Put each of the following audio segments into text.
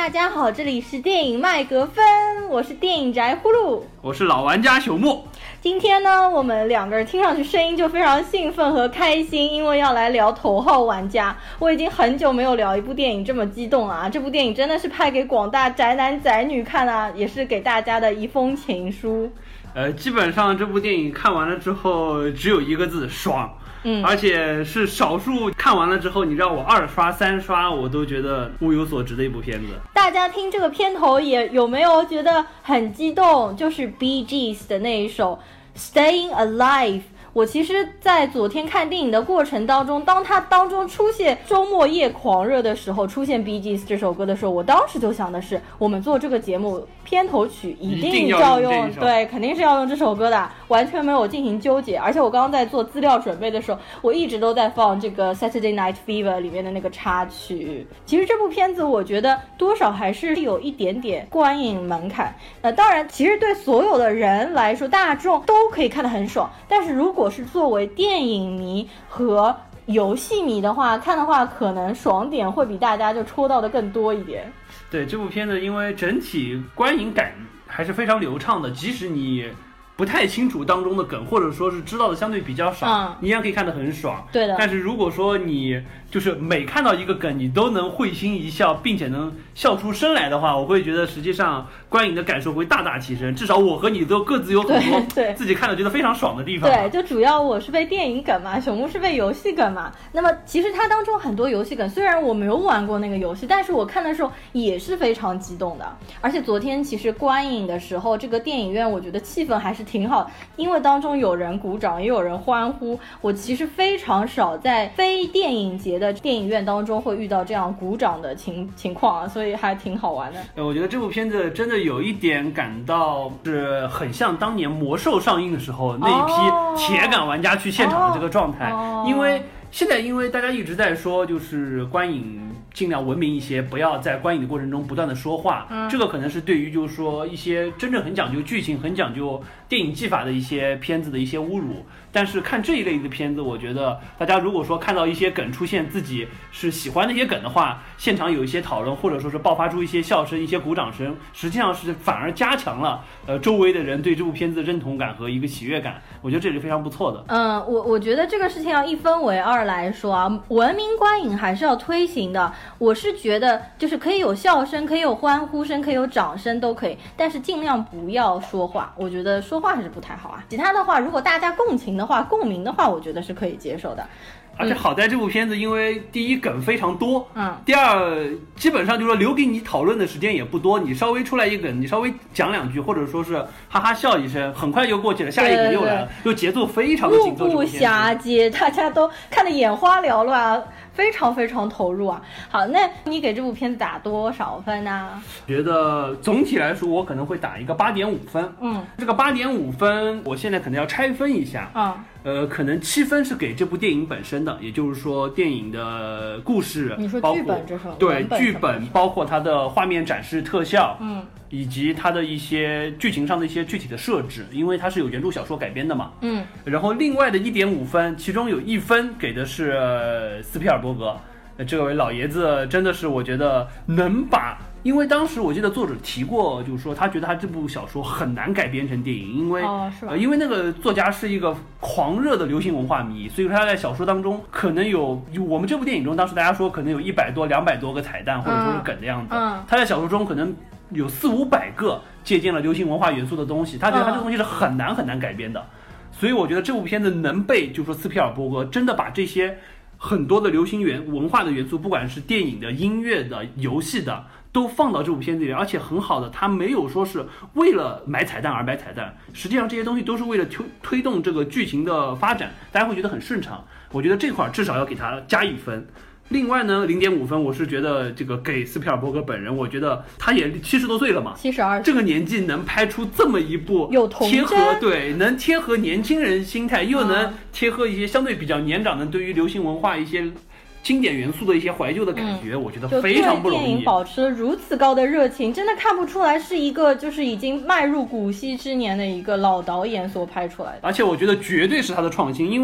大家好，这里是电影麦格芬，我是电影宅呼噜， 我是老玩家朽木。 今天呢，我们两个人听上去声音就非常兴奋和开心，因为要来聊《头号玩家》。我已经很久没有聊一部电影这么激动了啊！这部电影真的是拍给广大宅男宅女看啊，也是给大家的一封情书。 基本上这部电影看完了之后只有一个字，爽。而且是少数看完了之后你让我2刷3刷我都觉得物有所值的一部片子。 大家听这个片头也有没有觉得很激动？就是 Bee Gees 的那一首 Staying Alive。我其实在昨天看电影的过程当中，当它当中出现周末夜狂热的时候，出现 Bee Gees 这首歌的时候，我当时就想的是，我们做这个节目片头曲一定要用，对，肯定是要用这首歌的，完全没有进行纠结。而且我刚刚在做资料准备的时候，我一直都在放这个 Saturday Night Fever 里面的那个插曲。其实这部片子我觉得多少还是有一点点观影门槛。当然其实对所有的人来说，大众都可以看得很爽，但是如果是作为电影迷和游戏迷的话看的话，可能爽点会比大家就戳到的更多一点。 对，这部片子因为整体观影感还是非常流畅的，即使你不太清楚当中的梗，或者说是知道的相对比较少，你依然可以看得很爽。 对的。 但是如果说你就是每看到一个梗你都能会心一笑，并且能笑出声来的话，我会觉得实际上观影的感受会大大提升。至少我和你都各自有很多自己看了觉得非常爽的地方。 对，就主要我是被电影梗嘛，朽木是被游戏梗嘛。那么其实它当中很多游戏梗，虽然我没有玩过那个游戏，但是我看的时候也是非常激动的。而且昨天其实观影的时候，这个电影院我觉得气氛还是挺好，因为当中有人鼓掌也有人欢呼。我其实非常少在非电影节的电影院当中会遇到这样鼓掌的情况啊，所以还挺好玩的。 我觉得这部片子真的有一点感到是很像当年魔兽上映的时候那一批铁杆玩家去现场的这个状态。因为现在因为大家一直在说就是观影尽量文明一些，不要在观影的过程中不断的说话，这个可能是对于就是说一些真正很讲究剧情很讲究电影技法的一些片子的一些侮辱。但是看这一类的片子，我觉得大家如果说看到一些梗出现自己是喜欢那些梗的话，现场有一些讨论或者说是爆发出一些笑声一些鼓掌声，实际上是反而加强了周围的人对这部片子的认同感和一个喜悦感。我觉得这是非常不错的。 我觉得这个事情要一分为二来说啊，文明观影还是要推行的。我是觉得就是可以有笑声，可以有欢呼声，可以有掌声都可以，但是尽量不要说话。我觉得说话还是不太好啊。其他的话，如果大家共情的话，共鸣的话，我觉得是可以接受的。 而且好在这部片子因为第一梗非常多，第二基本上就是说留给你讨论的时间也不多，你稍微出来一梗，你稍微讲两句或者说是哈哈笑一声，很快就过去了，下一梗又来了，就节奏非常的紧凑， 目不暇接，大家都看得眼花缭乱，非常非常投入啊。好，那你给这部片子打多少分呢？ 觉得总体来说我可能会打一个8.5分。这个8.5分我现在可能要拆分一下。可能7分是给这部电影本身的，也就是说电影的故事， 你说剧本这首， 对，剧本包括它的画面展示特效，以及它的一些剧情上的一些具体的设置，因为它是有原著小说改编的嘛。然后另外的1.5分，其中有1分给的是斯皮尔伯格，这位老爷子真的是我觉得能把。因为当时我记得作者提过，就是说他觉得他这部小说很难改编成电影，因为因为那个作家是一个狂热的流行文化迷，所以说他在小说当中可能有我们这部电影中当时大家说可能有100多200多个彩蛋或者说是梗的样子，他在小说中可能有400-500个借鉴了流行文化元素的东西，他觉得他这个东西是很难改编的。所以我觉得这部片子能被就是说斯皮尔伯格真的把这些很多的流行文化的元素，不管是电影的、音乐的、游戏的，都放到这部片子里，而且很好的，他没有说是为了买彩蛋而买彩蛋，实际上这些东西都是为了推动这个剧情的发展，大家会觉得很顺畅。我觉得这块至少要给他加1分。另外呢，0.5分，我是觉得这个给斯皮尔伯格本人，我觉得他也70多岁了嘛 ，72， 这个年纪能拍出这么一部有童真， 能贴合年轻人心态，又能贴合一些相对比较年长的对于流行文化一些经典元素的一些怀旧的感觉，我觉得非常不容易。 就对电影保持了如此高的热情，真的看不出来是一个就是已经迈入古稀之年的一个老导演所拍出来的。 而且我觉得绝对是他的创新，因为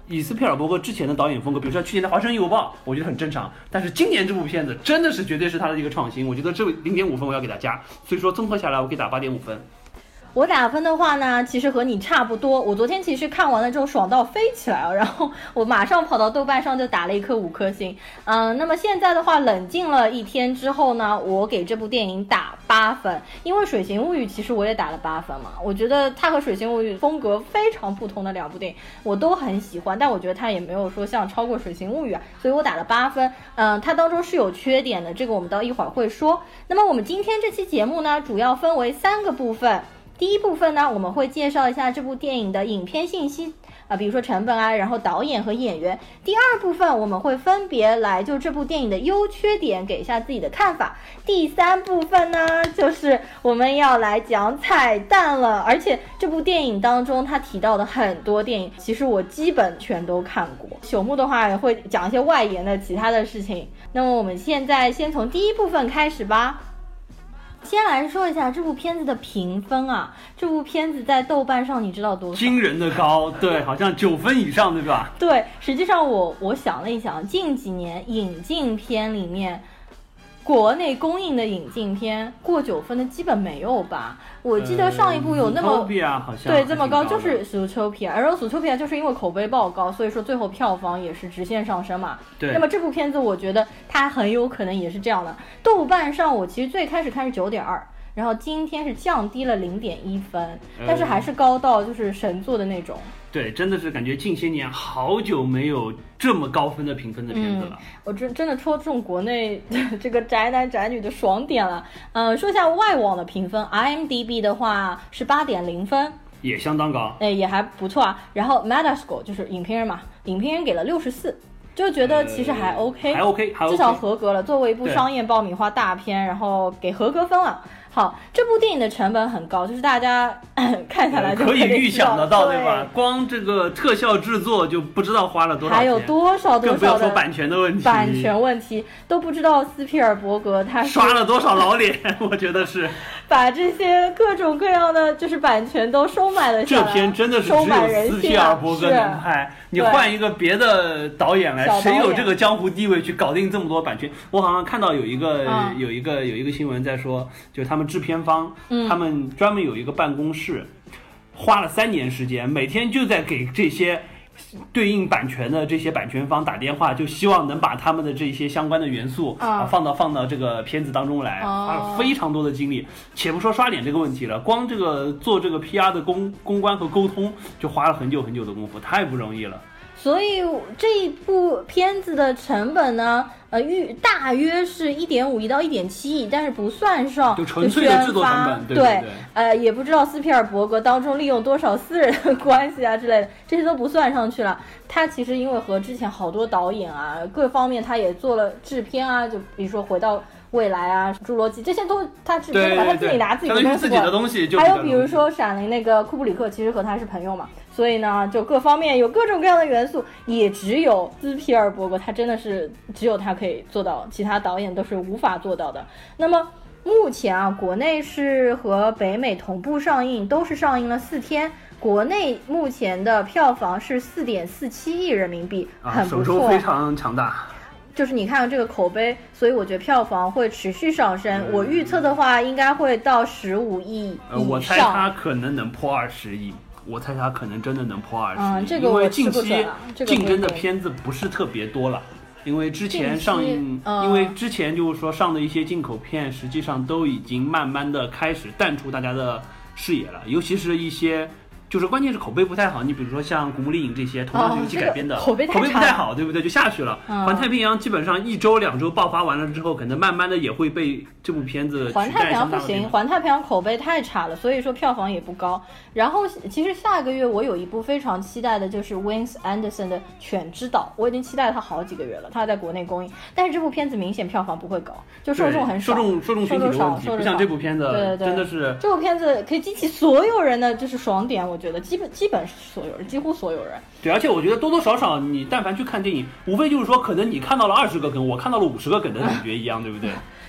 以斯皮尔伯格之前的导演风格，比如说去年的《华盛顿邮报》，我觉得很正常。但是今年这部片子真的是绝对是他的一个创新，我觉得这0.5分我要给他加。所以说综合下来，我给打8.5分。 我打分的话呢，其实和你差不多。我昨天其实看完了之后爽到飞起来了，然后我马上跑到豆瓣上就打了一颗5颗星。那么现在的话，冷静了一天之后呢，我给这部电影打8分，因为《水形物语》其实我也打了8分嘛。我觉得它和《水形物语》风格非常不同的2部电影，我都很喜欢，但我觉得它也没有说像超过《水形物语》啊，所以我打了8分。它当中是有缺点的，这个我们到一会儿会说。那么我们今天这期节目呢，主要分为3个部分。第一部分呢，我们会介绍一下这部电影的影片信息比如说成本啊，然后导演和演员。第二部分我们会分别来就这部电影的优缺点给一下自己的看法。第三部分呢，就是我们要来讲彩蛋了，而且这部电影当中他提到的很多电影，其实我基本全都看过。朽木的话也会讲一些外延的其他的事情。那么我们现在先从第一部分开始吧。先来说一下这部片子的评分啊，这部片子在豆瓣上你知道多少？ 惊人的高，对，好像9分以上，对吧？ 对，实际上我想了一想，近几年引进片里面，国内公映的引进片过9分的基本没有吧？我记得上一部有那么好像对这么高，就是 Zootopia， 然后 Zootopia 就是因为口碑爆高，所以说最后票房也是直线上升嘛。 对。 那么这部片子我觉得它很有可能也是这样的。豆瓣上我其实最开始看是9.2，然后今天是降低了0.1分，但是还是高到就是神作的那种。 对，真的是感觉近些年好久没有这么高分的评分的片子了。 我真的戳中国内这个宅男宅女的爽点了。说一下外网的评分 ，IMDB 的话是8.0分， 也相当高， 也还不错啊。然后 Metascore 就是影评人嘛，影评人给了64。就觉得其实还 OK， 还 OK， 至少合格了。作为一部商业爆米花大片，然后给合格分了。好，这部电影的成本很高，就是大家看下来就可以预想得到，对吧？光这个特效制作就不知道花了多少钱， 还有多少更不要说版权的问题， 版权问题都不知道斯皮尔伯格他刷了多少老脸，我觉得是把这些各种各样的就是版权都收买了下来。 这片真的是只有斯皮尔伯格能拍，你换一个别的导演来，谁有这个江湖地位去搞定这么多版权？我好像看到有一个新闻在说，就是他们制片方，他们专门有一个办公室，花了3年时间，每天就在给这些对应版权的这些版权方打电话，就希望能把他们的这些相关的元素放到这个片子当中来，花了非常多的精力。且不说刷脸这个问题了，光这个做这个 PR 的公关和沟通就花了很久很久的功夫，太不容易了。 所以这一部片子的成本呢，大约是1.5亿到1.7亿，但是不算上就纯粹的制作成本， 对，也不知道斯皮尔伯格当中利用多少私人的关系啊之类的，这些都不算上去了。他其实因为和之前好多导演啊，各方面他也做了制片啊，就比如说回到未来啊，侏罗纪这些都他制片的，他自己拿自己的东西， 还有比如说闪灵那个库布里克，其实和他是朋友嘛。所以呢，就各方面有各种各样的元素，也只有斯皮尔伯格他真的是只有他可以做到，其他导演都是无法做到的。那么目前啊，国内是和北美同步上映，都是上映了4天。国内目前的票房是4.47亿人民币，很不错， 首周非常强大。 就是你看这个口碑，所以我觉得票房会持续上升。我预测的话，应该会到15亿以上。 我猜它可能能破20亿。我猜他可能真的能破20亿， 这个因为近期竞争的片子不是特别多了。因为之前上映，因为之前就是说上的一些进口片，实际上都已经慢慢的开始淡出大家的视野了，尤其是一些。就是关键是口碑不太好，你比如说像《古墓丽影》这些同样是游戏改编的， 口碑不太好，对不对？就下去了。环太平洋基本上1周2周爆发完了之后，可能慢慢的也会被这部片子取代。 环太平洋不行，环太平洋口碑太差了，所以说票房也不高。然后其实下个月我有一部非常期待的，就是 Wes Anderson 的《犬之岛》，我已经期待了它好几个月了，它在国内公映，但是这部片子明显票房不会高，就受众很少，受众群体的问题，不像这部片子， 对真的是这部片子可以激起所有人的就是爽点。我觉得基本所有人，几乎所有人。 对，而且我觉得多多少少你但凡去看电影，无非就是说可能你看到了20个梗，我看到了50个梗的感觉一样，对不对？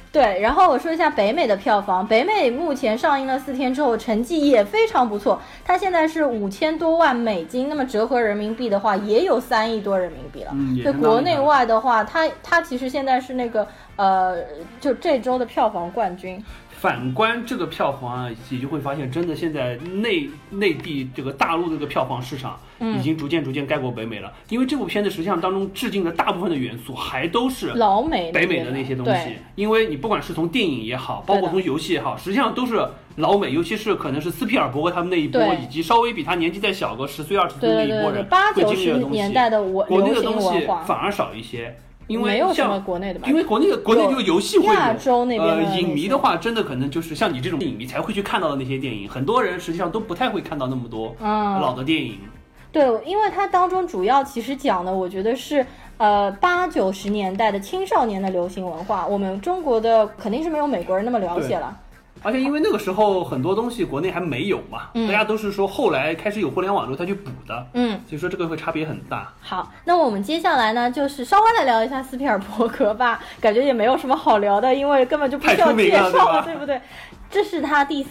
对，然后我说一下北美的票房，北美目前上映了4天之后，成绩也非常不错，它现在是5000多万美金，那么折合人民币的话，也有3亿多人民币了。对，国内外的话，它其实现在是那个就这周的票房冠军。 反观这个票房啊，也就会发现，真的现在内地这个大陆这个票房市场已经逐渐盖过北美了。因为这部片子实际上当中致敬的大部分的元素还都是老美北美的那些东西。因为你不管是从电影也好，包括从游戏也好，实际上都是老美，尤其是可能是斯皮尔伯格他们那一波，以及稍微比他年纪再小个10岁20岁那一波人会经历的东西。 年代的国内的东西反而少一些。因为没有什么国内的吧， 因为国内这个游戏会有， 亚洲那边的影迷的话，真的可能就是像你这种影迷才会去看到的那些电影，很多人实际上都不太会看到那么多老的电影。 对，因为它当中主要其实讲的，我觉得是80、90年代的青少年的流行文化，我们中国的肯定是没有美国人那么了解了。 而且因为那个时候很多东西国内还没有嘛，大家都是说后来开始有互联网之后才去补的，所以说这个会差别很大。 好，那我们接下来呢，就是稍微来聊一下斯皮尔伯格吧，感觉也没有什么好聊的，因为根本就不需要介绍了，对不对？这是他第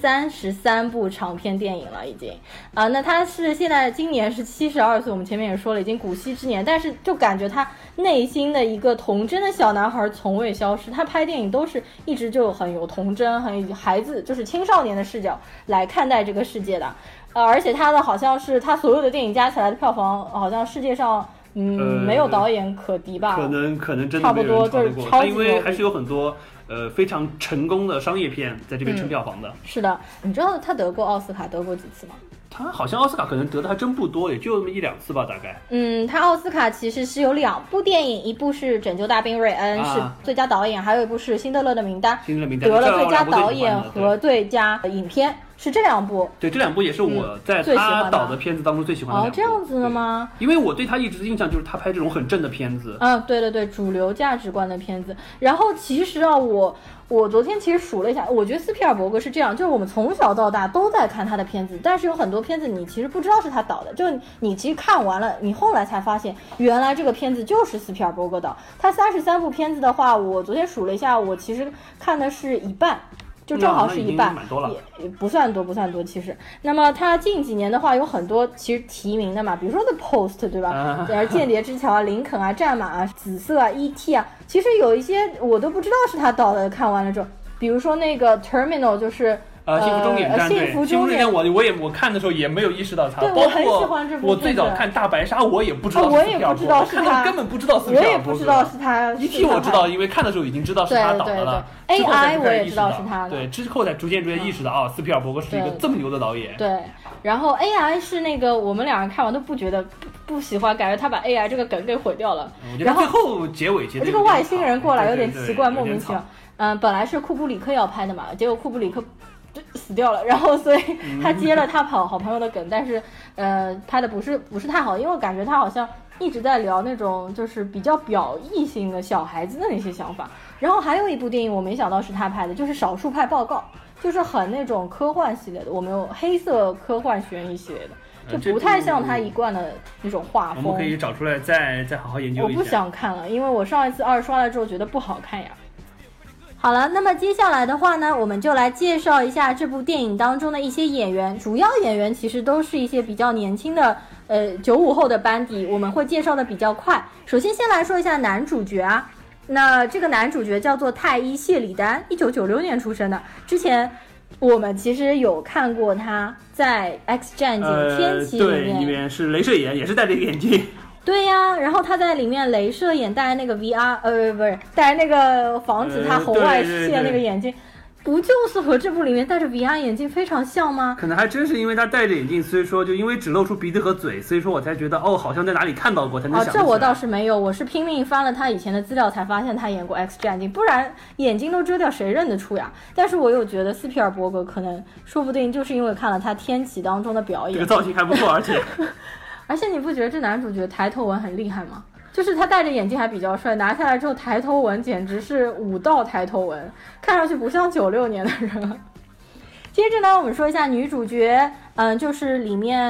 33部长篇电影了，已经那他是现在今年是72岁，我们前面也说了，已经古稀之年，但是就感觉他内心的一个童真的小男孩从未消失。他拍电影都是一直就很有童真，很有孩子，就是青少年的视角来看待这个世界的。而且他的好像是他所有的电影加起来的票房，好像世界上没有导演可敌吧？ 可能真的差不多就是超级多， 因为还是有很多。非常成功的商业片在这边撑票房的。 是的，你知道他得过奥斯卡得过几次吗？ 他好像奥斯卡可能得的还真不多，也就1-2次吧，大概。 他奥斯卡其实是有2部电影，一部是《拯救大兵瑞恩》是最佳导演，还有一部是《辛德勒的名单》，得了最佳导演和最佳影片。是这2部， 对，这2部也是我在他导的片子当中最喜欢的2部。 这样子的吗？ 因为我对他一直的印象就是他拍这种很正的片子。 对，主流价值观的片子。然后其实我昨天其实数了一下，我觉得斯皮尔伯格是这样，就是我们从小到大都在看他的片子，但是有很多片子你其实不知道是他导的，就你其实看完了，你后来才发现原来这个片子就是斯皮尔伯格导。他33部片子的话，我昨天数了一下，我其实看的是一半。就正好是一半，也不算多其实。那么他近几年的话有很多其实提名的嘛，比如说 The Post 对吧？间谍之桥啊、林肯啊、战马啊、紫色啊、E.T. 啊，其实有一些我都不知道是他导的，看完了之后，比如说那个 Terminal 就是幸福终点站， 幸福终点我看的时候也没有意识到他， 对，我很喜欢这部。 我最早看大白鲨，我也不知道， 我也不知道是他， 根本不知道斯皮尔伯格， 我也不知道是他。 E.T. 我知道，因为看的时候已经知道是他导的了。 AI 我也知道是他的， 对，之后才逐渐意识到斯皮尔伯格是一个这么牛的导演。 对，然后 AI 是那个我们2人看完都不觉得不喜欢，感觉他把 AI 这个梗给毁掉了。 我觉得最后结尾这个外星人过来有点奇怪，莫名其妙。本来是库布里克要拍的嘛，结果库布里克死掉了，然后所以他接了他好朋友的梗，但是拍的不是太好，因为我感觉他好像一直在聊那种就是比较表意性的小孩子的那些想法。然后还有一部电影我没想到是他拍的，就是《少数派报告》，就是很那种科幻系列的，我们有黑色科幻悬疑系列的，就不太像他一贯的那种画风。 我们可以找出来再好好研究一下。 我不想看了，因为我上一次2刷了之后觉得不好看呀。好了，那么接下来的话呢，我们就来介绍一下这部电影当中的一些演员，主要演员其实都是一些比较年轻的95后的班底，我们会介绍的比较快。首先先来说一下男主角啊，那这个男主角叫做泰伊·谢里丹，1996年出生的。之前我们其实有看过他在《X 战警：天启》 里面是镭射眼，也是戴着眼镜。 对呀，然后他在里面镭射眼戴那个 VR， 不是戴那个防止他红外线那个眼镜，不就是和这部里面戴着 VR 眼镜非常像吗？ 可能还真是因为他戴着眼镜，所以说就因为只露出鼻子和嘴，所以说我才觉得好像在哪里看到过才能想起来。 这我倒是没有，我是拼命翻了他以前的资料才发现他演过 X 战警，不然眼睛都遮掉谁认得出呀？但是我又觉得斯皮尔伯格可能说不定就是因为看了他天启当中的表演， 这个造型还不错， 而且你不觉得这男主角抬头纹很厉害吗？就是他戴着眼镜还比较帅，拿下来之后抬头纹简直是5道抬头纹，看上去不像96年的人。接着呢，我们说一下女主角，就是里面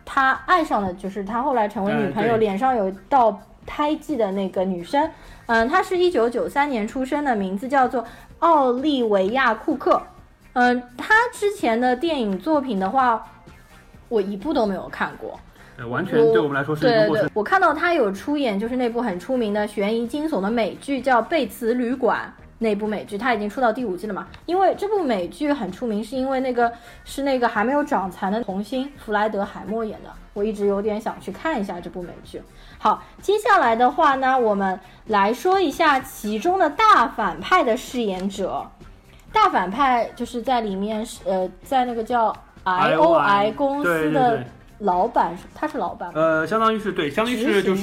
他爱上的就是他后来成为女朋友，脸上有一道胎记的那个女生。她是1993年出生的，名字叫做奥利维亚·库克。她之前的电影作品的话，我一部都没有看过。 完全对我们来说是一个陌生。 对，我看到他有出演就是那部很出名的悬疑惊悚的美剧叫《贝茨旅馆》，那部美剧他已经出到第5季了嘛。因为这部美剧很出名，是因为那个还没有长残的童星弗莱德海默演的，我一直有点想去看一下这部美剧。好，接下来的话呢，我们来说一下其中的大反派的饰演者。大反派就是在里面在那个叫 IOI 公司的老板，他是老板吗？ 相当于是对，相当于是就是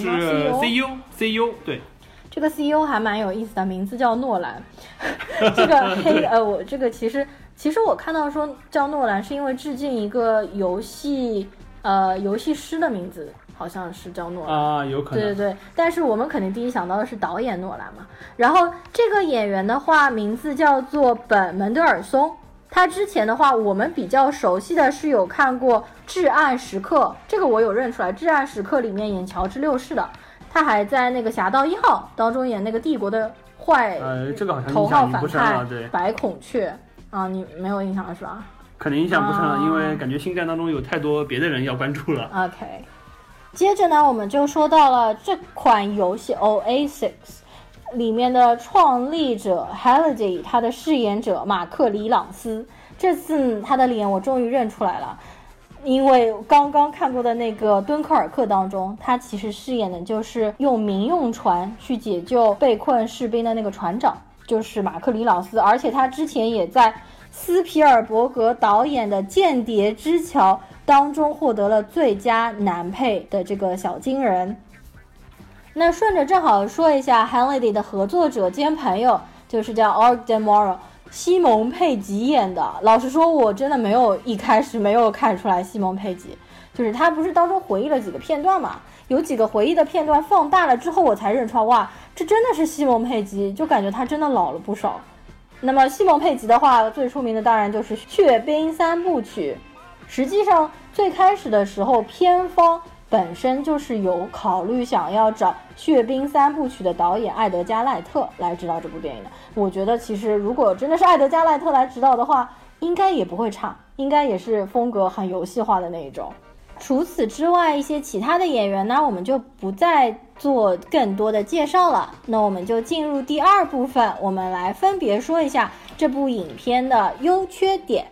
CEO 对。 这个 CEO 还蛮有意思的，名字叫诺兰。这个我这个其实我看到说叫诺兰是因为致敬一个游戏师的名字，好像是叫诺兰啊，有可能。 对，但是我们肯定第一想到的是导演诺兰嘛。然后这个演员的话，名字叫做本·门德尔松。他之前的话，我们比较熟悉的是有看过《至暗时刻》，这个我有认出来，《至暗时刻》里面演乔治六世的。他还在那个《侠盗1号》当中演那个帝国的坏这个好像头号反派对白孔雀啊，你没有印象了是吧？ 可能印象不深了，因为感觉星战当中有太多别的人要关注了。 OK， 接着呢，我们就说到了这款游戏 Oasis 里面的创立者 Halliday， 他的饰演者马克·里朗斯。这次他的脸我终于认出来了，因为刚刚看过的那个敦刻尔克当中，他其实饰演的就是用民用船去解救被困士兵的那个船长，就是马克·里朗斯。而且他之前也在斯皮尔伯格导演的《间谍之桥》当中获得了最佳男配的这个小金人。那顺着正好说一下 Halliday 的合作者兼朋友，就是叫 Org Demora， 西蒙佩吉演的。老实说，我真的一开始没有看出来西蒙佩吉，就是他不是当中回忆了几个片段嘛，有几个回忆的片段放大了之后，我才认出来，哇，这真的是西蒙佩吉，就感觉他真的老了不少。那么西蒙佩吉的话，最出名的当然就是《血兵3部曲》。实际上最开始的时候，片方本身就是有考虑想要找《血兵3部曲》的导演艾德加·赖特来指导这部电影的。我觉得其实如果真的是艾德加·赖特来指导的话，应该也不会差，应该也是风格很游戏化的那一种。除此之外，一些其他的演员呢，我们就不再做更多的介绍了。那我们就进入第2部分，我们来分别说一下这部影片的优缺点。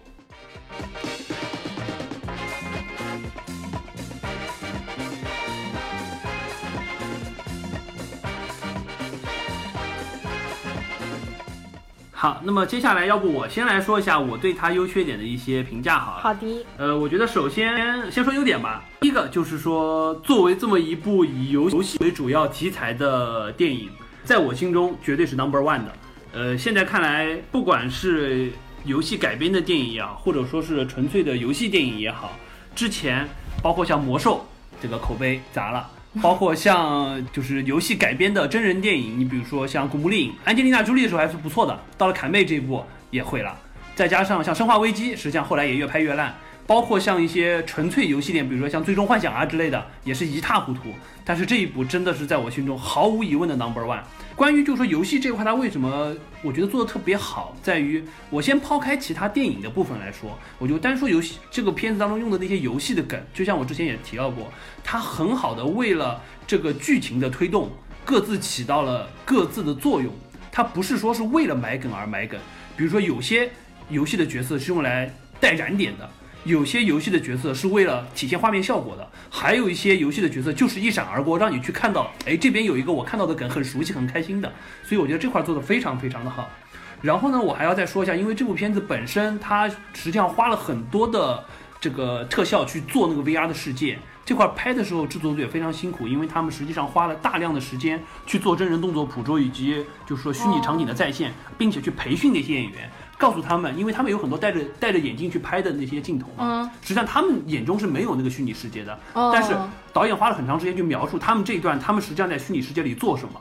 好，那么接下来要不我先来说一下我对它优缺点的一些评价好了。 好的。 我觉得首先说优点吧。第一个就是说，作为这么一部以游戏为主要题材的电影，在我心中绝对是 No.1 的。现在看来，不管是游戏改编的电影也好，或者说是纯粹的游戏电影也好，之前包括像魔兽这个口碑砸了。包括像就是游戏改编的真人电影，你比如说像《古墓丽影》，安吉丽娜·朱莉的时候还是不错的，到了坎贝这一部也毁了。再加上像《生化危机》，实际上后来也越拍越烂。包括像一些纯粹游戏店，比如说像《最终幻想》啊之类的，也是一塌糊涂。但是这一部真的是在我心中毫无疑问的 No.1。关于就是说游戏这块，它为什么我觉得做的特别好，在于我先抛开其他电影的部分来说，我就单说游戏这个片子当中用的那些游戏的梗，就像我之前也提到过，它很好的为了这个剧情的推动，各自起到了各自的作用。它不是说是为了埋梗而埋梗，比如说有些游戏的角色是用来带燃点的。有些游戏的角色是为了体现画面效果的，还有一些游戏的角色就是一闪而过，让你去看到，这边有一个我看到的梗很熟悉很开心的，所以我觉得这块做得非常非常的好。然后呢，我还要再说一下，因为这部片子本身它实际上花了很多的这个特效去做那个 VR 的世界，这块拍的时候制作组也非常辛苦，因为他们实际上花了大量的时间去做真人动作捕捉以及就是说虚拟场景的再现，并且去培训那些演员。告诉他们，因为他们有很多戴着眼镜去拍的那些镜头嘛，实际上他们眼中是没有那个虚拟世界的，但是导演花了很长时间去描述他们这一段，他们实际上在虚拟世界里做什么，所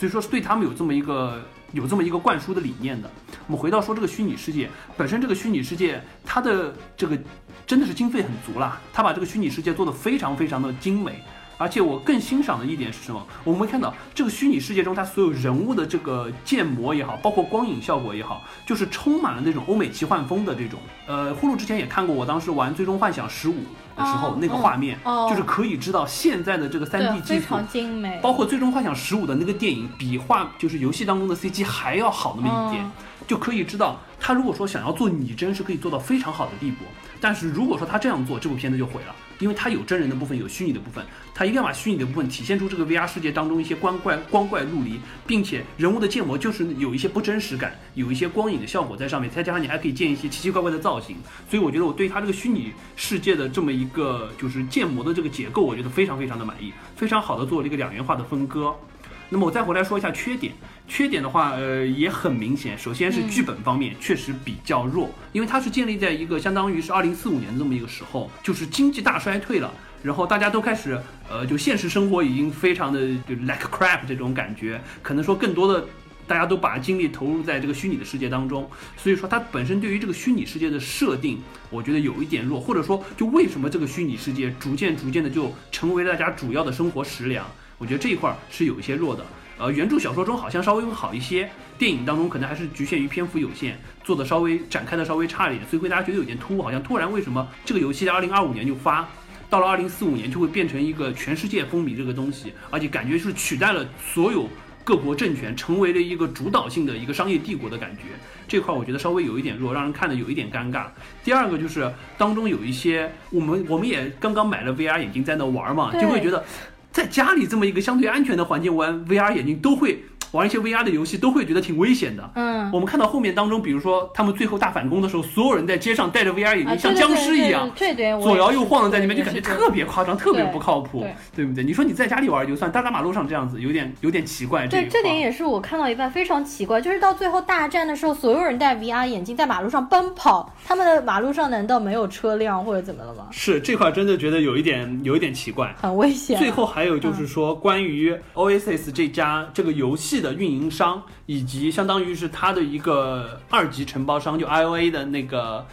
所以说是对他们有这么一个灌输的理念的。我们回到说这个虚拟世界本身，这个虚拟世界它的这个真的是经费很足啦，他把这个虚拟世界做得非常非常的精美。而且我更欣赏的一点是什么？我们会看到这个虚拟世界中，它所有人物的这个建模也好，包括光影效果也好，就是充满了那种欧美奇幻风的这种。呼噜之前也看过，我当时玩《最终幻想15》的时候，那个画面，就是可以知道现在的这个3D 技术非常精美， 包括《最终幻想15》的那个电影，比就是游戏当中的 CG 还要好那么一点。就可以知道，他如果说想要做拟真，是可以做到非常好的地步。但是如果说他这样做，这部片子就毁了，因为他有真人的部分，有虚拟的部分，他一定要把虚拟的部分体现出这个 VR 世界当中一些光怪陆离，并且人物的建模就是有一些不真实感，有一些光影的效果在上面，再加上你还可以建一些奇奇怪怪的造型。所以我觉得我对他这个虚拟世界的这么一个就是建模的这个结构，我觉得非常非常的满意，非常好的做了一个2元化的分割。那么我再回来说一下缺点的话，也很明显。首先是剧本方面确实比较弱，因为它是建立在一个相当于是2045年的这么一个时候，就是经济大衰退了，然后大家都开始就现实生活已经非常的就 like crap 这种感觉，可能说更多的大家都把精力投入在这个虚拟的世界当中，所以说它本身对于这个虚拟世界的设定，我觉得有一点弱，或者说就为什么这个虚拟世界逐渐的就成为大家主要的生活食粮，我觉得这一块是有一些弱的。原著小说中好像稍微会好一些，电影当中可能还是局限于篇幅有限，做的稍微展开的稍微差一点，所以会大家觉得有点突兀，好像突然为什么这个游戏在2025年就发，到了2045年就会变成一个全世界风靡这个东西，而且感觉是取代了所有各国政权，成为了一个主导性的一个商业帝国的感觉。这块我觉得稍微有一点弱，让人看的有一点尴尬。第二个就是当中有一些我们也刚刚买了 VR 眼镜在那玩嘛，就会觉得在家里这么一个相对安全的环境玩 VR 眼镜，都会玩一些 VR 的游戏，都会觉得挺危险的。我们看到后面当中，比如说他们最后大反攻的时候，所有人在街上戴着 VR 眼镜，像僵尸一样，左摇右晃的在那边，就感觉特别夸张，特别不靠谱，对不对？你说你在家里玩就算，大马路上这样子有点奇怪。 对，这点也是我看到一半非常奇怪，就是到最后大战的时候，所有人戴 VR 眼镜在马路上奔跑，他们的马路上难道没有车辆或者怎么了吗？ 是这块真的觉得有一点奇怪， 很危险。 最后还有就是说，关于 Oasis 这个游戏的运营商，以及相当于是它的一个2级承包商，就 IOA 的那个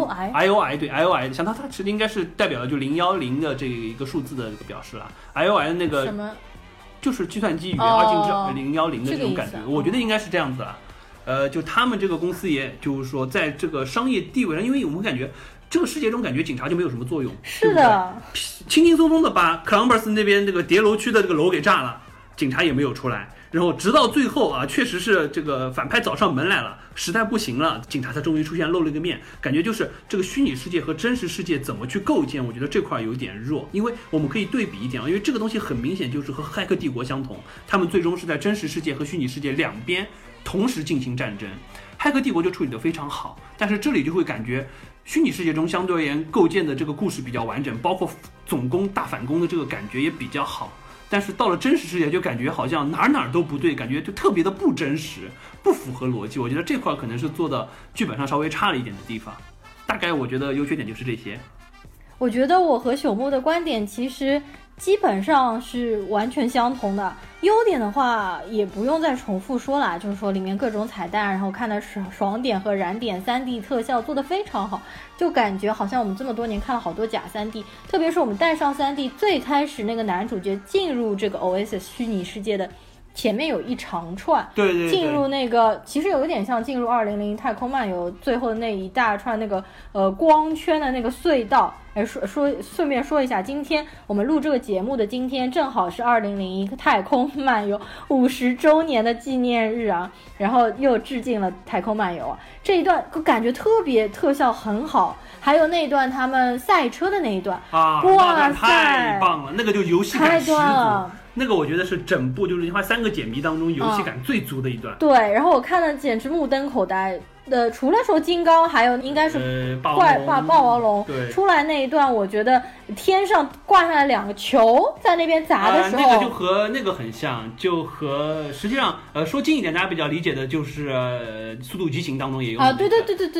IOI 对 IOI， 像它其实应该是代表了就010的这一个数字的这个表示了。IOI 的那个什么，就是计算机语言2进制010的这种感觉，我觉得应该是这样子了。就他们这个公司，也就是说在这个商业地位上，因为我们感觉这个世界中感觉警察就没有什么作用， 是的， 轻轻松松的把 Columbus 那边这个叠楼区的这个楼给炸了，警察也没有出来。然后直到最后啊，确实是这个反派找上门来了，实在不行了，警察才终于出现，露了一个面。感觉就是这个虚拟世界和真实世界怎么去构建，我觉得这块有点弱。因为我们可以对比一点，因为这个东西很明显就是和骇客帝国相同，他们最终是在真实世界和虚拟世界两边同时进行战争。骇客帝国就处理得非常好，但是这里就会感觉虚拟世界中相对而言构建的这个故事比较完整，包括总攻大反攻的这个感觉也比较好。但是到了真实世界就感觉好像哪都不对，感觉就特别的不真实，不符合逻辑。我觉得这块可能是做的剧本上稍微差了一点的地方。大概我觉得优缺点就是这些。 我觉得我和朽木的观点其实基本上是完全相同的。优点的话也不用再重复说了，就是说里面各种彩蛋，然后看的爽点和燃点， 3D 特效做得非常好，就感觉好像我们这么多年看了好多假 3D， 特别是我们带上 3D， 最开始那个男主角进入这个 Oasis 虚拟世界的前面有一长串， 对， 进入那个其实有一点像进入2001太空漫游最后那一大串那个光圈的那个隧道。顺便说一下，今天我们录这个节目的今天正好是2001太空漫游50周年的纪念日啊，然后又致敬了太空漫游啊，这一段感觉特别特效很好，还有那一段他们赛车的那一段啊，哇塞，太棒了，那个就游戏感十足，那个我觉得是整部就是3个解谜当中游戏感最足的一段。 对，然后我看了简直目瞪口呆。除了说金刚，还有应该是霸王龙出来那一段，我觉得天上挂下来2个球在那边砸的时候， 那个就和那个很像，就和实际上说近一点大家比较理解的就是速度与激情当中也有啊，对，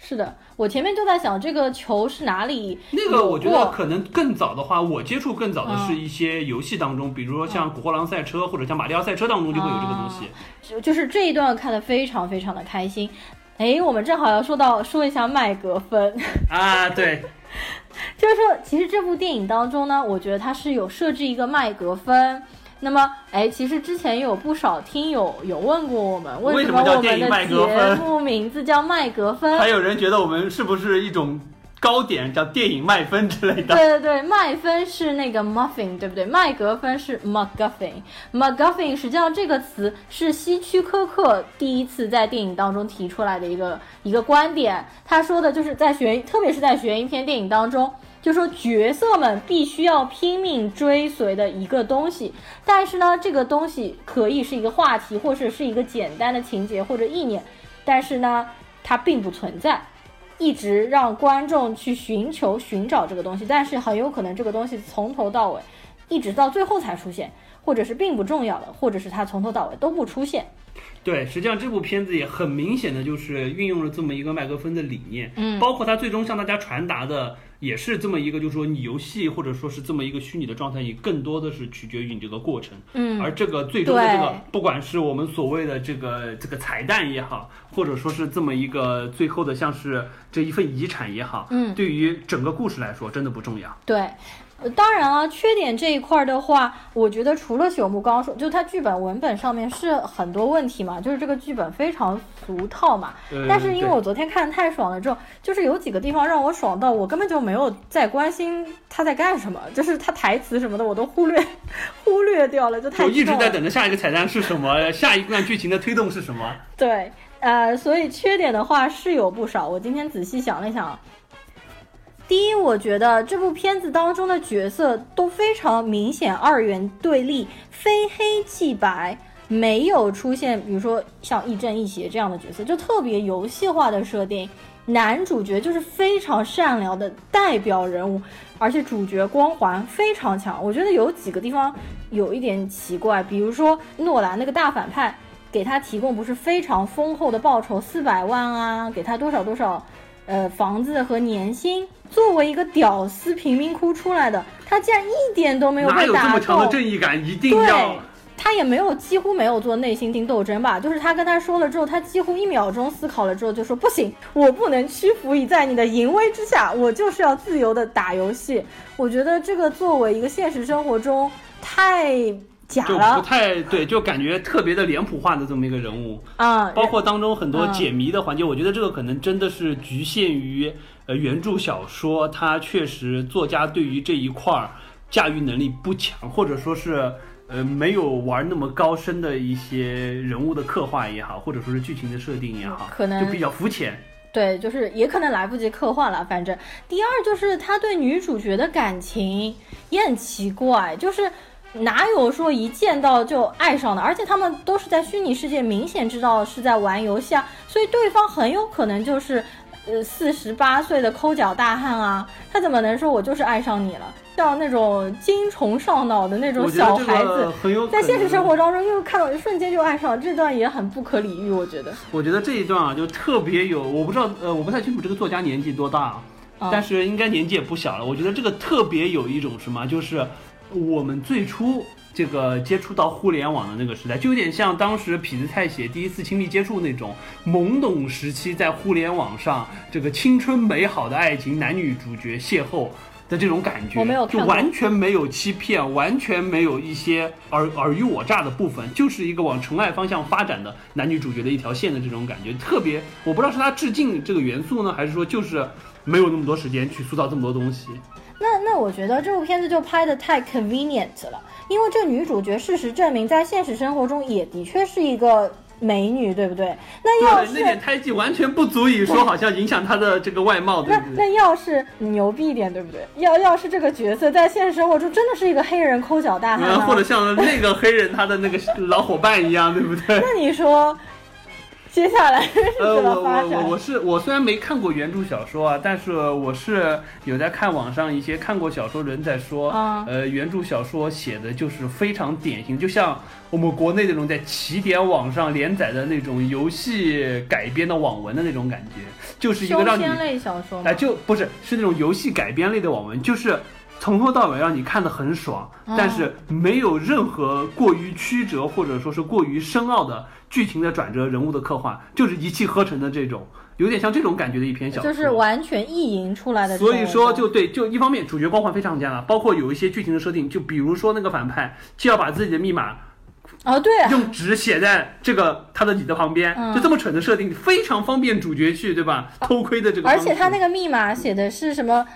是的，我前面就在想这个球是哪里那个我觉得可能更早的话，我接触更早的是一些游戏当中，比如说像《古惑狼赛车》或者像《马里奥赛车》当中就会有这个东西。 就是这一段看得非常非常的开心。哎，我们正好要说一下麦格芬啊，对。 就是说，其实这部电影当中呢，我觉得它是有设置一个麦格芬。那么，其实之前有不少听友有问过我们，为什么我们的节目名字叫麦格芬？ 还有人觉得我们是不是一种糕点，叫电影麦芬之类的？ 对对对，麦芬是那个 muffin， 对不对？麦格芬是 MacGuffin。MacGuffin 实际上这个词是希区柯克第一次在电影当中提出来的一个观点。他说的就是特别是在悬疑片电影当中。就说角色们必须要拼命追随的一个东西，但是呢，这个东西可以是一个话题，或者是一个简单的情节或者意念，但是呢，它并不存在，一直让观众去寻找这个东西，但是很有可能这个东西从头到尾，一直到最后才出现，或者是并不重要的，或者是它从头到尾都不出现。 对，实际上这部片子也很明显的就是运用了这么一个麦格芬的理念，包括它最终向大家传达的也是这么一个，就是说你游戏或者说是这么一个虚拟的状态，你更多的是取决于你这个过程，而这个最终的这个，不管是我们所谓的这个彩蛋也好，或者说是这么一个最后的像是这一份遗产也好，对于整个故事来说真的不重要。 对。当然了，缺点这一块的话，我觉得除了朽木刚说，就它剧本文本上面是很多问题嘛，就是这个剧本非常俗套嘛。但是因为我昨天看太爽了之后，就是有几个地方让我爽到我根本就没有在关心他在干什么，就是他台词什么的我都忽略掉了，就太激动了。 就一直在等着下一个彩蛋是什么，下一段剧情的推动是什么。 对，所以缺点的话是有不少。我今天仔细想了想。第一，我觉得这部片子当中的角色都非常明显二元对立，非黑即白，没有出现比如说像亦正亦邪这样的角色，就特别游戏化的设定。男主角就是非常善良的代表人物，而且主角光环非常强。我觉得有几个地方有一点奇怪，比如说诺兰那个大反派给他提供不是非常丰厚的报酬400万啊，给他多少房子和年薪，作为一个屌丝贫民窟出来的，他竟然一点都没有被打动。 哪有这么强的正义感？一定要。 他也几乎没有做内心斗争吧，就是他跟他说了之后，他几乎1秒钟思考了之后就说不行，我不能屈服于在你的淫威之下，我就是要自由的打游戏。我觉得这个作为一个现实生活中太假了， 就不太对，就感觉特别的脸谱化的这么一个人物啊，包括当中很多解谜的环节，我觉得这个可能真的是局限于原著小说，它确实作家对于这一块驾驭能力不强，或者说是没有玩那么高深的一些人物的刻画也好，或者说是剧情的设定也好， 可能就比较肤浅。 对，就是也可能来不及刻画了。反正第二就是他对女主角的感情也很奇怪，就是哪有说一见到就爱上的，而且他们都是在虚拟世界，明显知道是在玩游戏啊，所以对方很有可能就是48岁的抠脚大汉啊，他怎么能说我就是爱上你了？像那种精虫上脑的那种小孩子，在现实生活当中又看到瞬间就爱上，这段也很不可理喻。我觉得这一段啊，就特别有，我不知道我不太清楚这个作家年纪多大啊，但是应该年纪也不小了。我觉得这个特别有一种什么，就是我们最初这个接触到互联网的那个时代，就有点像当时痞子蔡写第一次亲密接触那种懵懂时期，在互联网上这个青春美好的爱情，男女主角邂逅的这种感觉， 我没有看过， 就完全没有欺骗，完全没有一些尔虞我诈的部分，就是一个往纯爱方向发展的男女主角的一条线的这种感觉，特别，我不知道是他致敬这个元素呢，还是说就是没有那么多时间去塑造这么多东西。 那我觉得这部片子就拍得太 convenient 了，因为这女主角事实证明在现实生活中也的确是一个美女，对不对？那要是那点胎记完全不足以说好像影响她的这个外貌，对不对？ 那要是牛逼一点，对不对？要是这个角色在现实生活中真的是一个黑人抠脚大汉， 或者像那个黑人他的那个老伙伴一样，对不对？ 那你说接下来是怎么发展？ 我虽然没看过原著小说啊，但是我是有在看网上一些看过小说人在说，原著小说写的就是非常典型，就像我们国内那种在起点网上连载的那种游戏改编的网文的那种感觉，就是一个让你修仙类小说就不是那种游戏改编类的网文，就是从头到尾让你看得很爽，但是没有任何过于曲折或者说是过于深奥的剧情的转折、人物的刻画，就是一气呵成的这种，有点像这种感觉的一篇小说， 就是完全意淫出来的。 所以说就一方面主角光环非常强了，包括有一些剧情的设定，就比如说那个反派就要把自己的密码对用纸写在这个他的你的旁边，就这么蠢的设定，非常方便主角去对吧偷窥的这个方式。 而且他那个密码写的是什么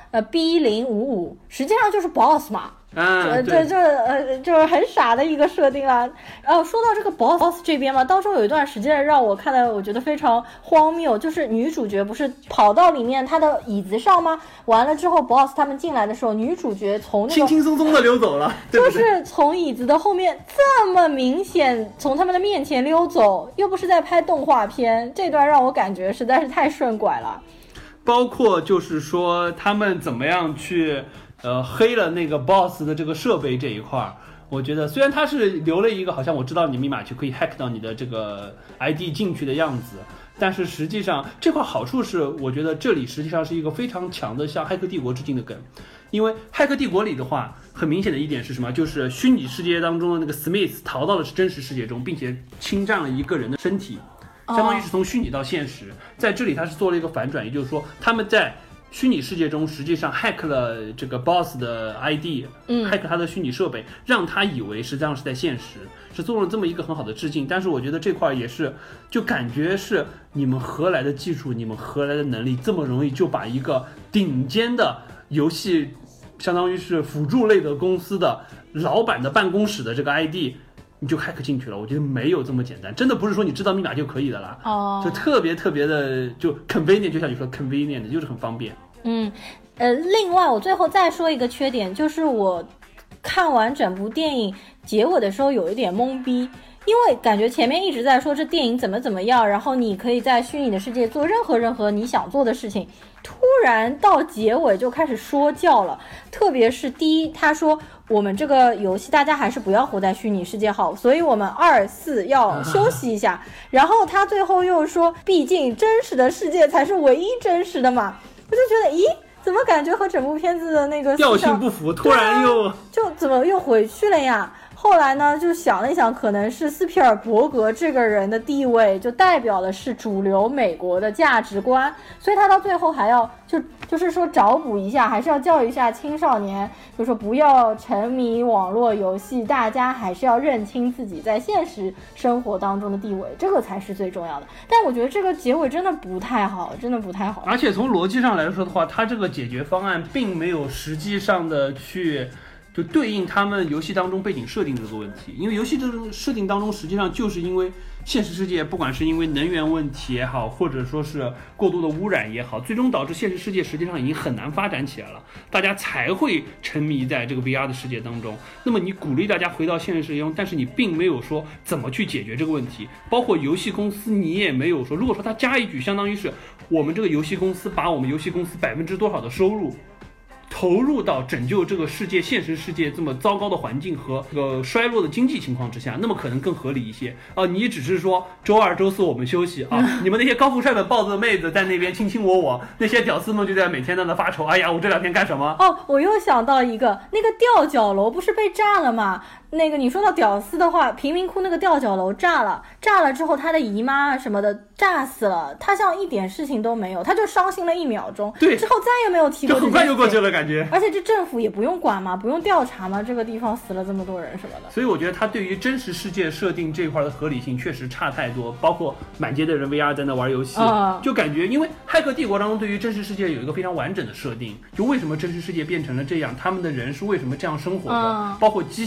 B055，实际上就是 boss 码。就是很傻的一个设定啦。说到这个 boss 这边嘛，当中有一段时间让我看的我觉得非常荒谬，就是女主角不是跑到里面她的椅子上吗？完了之后 boss 他们进来的时候，女主角从那个轻轻松松的溜走了，对不对？ 就是从椅子的后面这么明显从他们的面前溜走，又不是在拍动画片，这段让我感觉实在是太顺拐了。 包括就是说他们怎么样去黑了那个 boss 的这个设备这一块，我觉得虽然他是留了一个好像我知道你密码就可以 hack 到你的这个 ID 进去的样子，但是实际上这块好处是我觉得这里实际上是一个非常强的向骇客帝国致敬的梗。因为骇客帝国里的话很明显的一点是什么，就是虚拟世界当中的那个 Smith 逃到了真实世界中，并且侵占了一个人的身体，相当于是从虚拟到现实。在这里他是做了一个反转，也就是说他们在虚拟世界中实际上 hack 了这个 boss 的 ID，hack 他的虚拟设备，让他以为实际上是在现实，是做了这么一个很好的致敬。但是我觉得这块也是就感觉是你们何来的技术，你们何来的能力，这么容易就把一个顶尖的游戏相当于是辅助类的公司的老板的办公室的这个 ID你就 hack 进去了。我觉得没有这么简单，真的不是说你知道密码就可以的啦。就特别特别的就 convenient， 就像你说 convenient 就是很方便。 另外我最后再说一个缺点，就是我看完整部电影结尾的时候有一点懵逼，因为感觉前面一直在说这电影怎么样，然后你可以在虚拟的世界做任何你想做的事情，突然到结尾就开始说教了。特别是第一，他说我们这个游戏大家还是不要活在虚拟世界好，所以我们2、4要休息一下。然后他最后又说毕竟真实的世界才是唯一真实的嘛，我就觉得咦，怎么感觉和整部片子的那个调性不符，突然又就怎么又回去了呀？后来呢，就想了一想，可能是斯皮尔伯格这个人的地位就代表的是主流美国的价值观，所以他到最后还要就是说找补一下，还是要教育一下青少年，就是说不要沉迷网络游戏，大家还是要认清自己在现实生活当中的地位，这个才是最重要的。但我觉得这个结尾真的不太好，真的不太好。 而且从逻辑上来说的话，他这个解决方案并没有实际上的去就对应他们游戏当中背景设定的这个问题，因为游戏这种设定当中实际上就是因为现实世界不管是因为能源问题也好，或者说是过度的污染也好，最终导致现实世界实际上已经很难发展起来了，大家才会沉迷在这个 VR 的世界当中。那么你鼓励大家回到现实世界中，但是你并没有说怎么去解决这个问题，包括游戏公司你也没有说，如果说他加一句相当于是我们这个游戏公司把我们游戏公司%多少的收入投入到拯救这个世界现实世界这么糟糕的环境和衰落的经济情况之下，那么可能更合理一些你只是说周2、周4我们休息你们那些高富帅的豹子妹子在那边卿卿我，那些屌丝们就在每天在那发愁，哎呀我这2天干什么。 我又想到一个，那个吊脚楼不是被炸了吗？那个你说到屌丝的话，贫民窟那个吊脚楼炸了之后，他的姨妈什么的炸死了，他像一点事情都没有，他就伤心了1秒钟， 对， 之后再也没有提过， 就很快就过去了感觉。 而且这政府也不用管嘛，不用调查嘛，这个地方死了这么多人什么的。 所以我觉得他对于真实世界设定这块的合理性确实差太多，包括满街的人 VR 在那玩游戏，就感觉因为骇客帝国当中对于真实世界有一个非常完整的设定，就为什么真实世界变成了这样，他们的人是为什么这样生活的，包括机械人怎么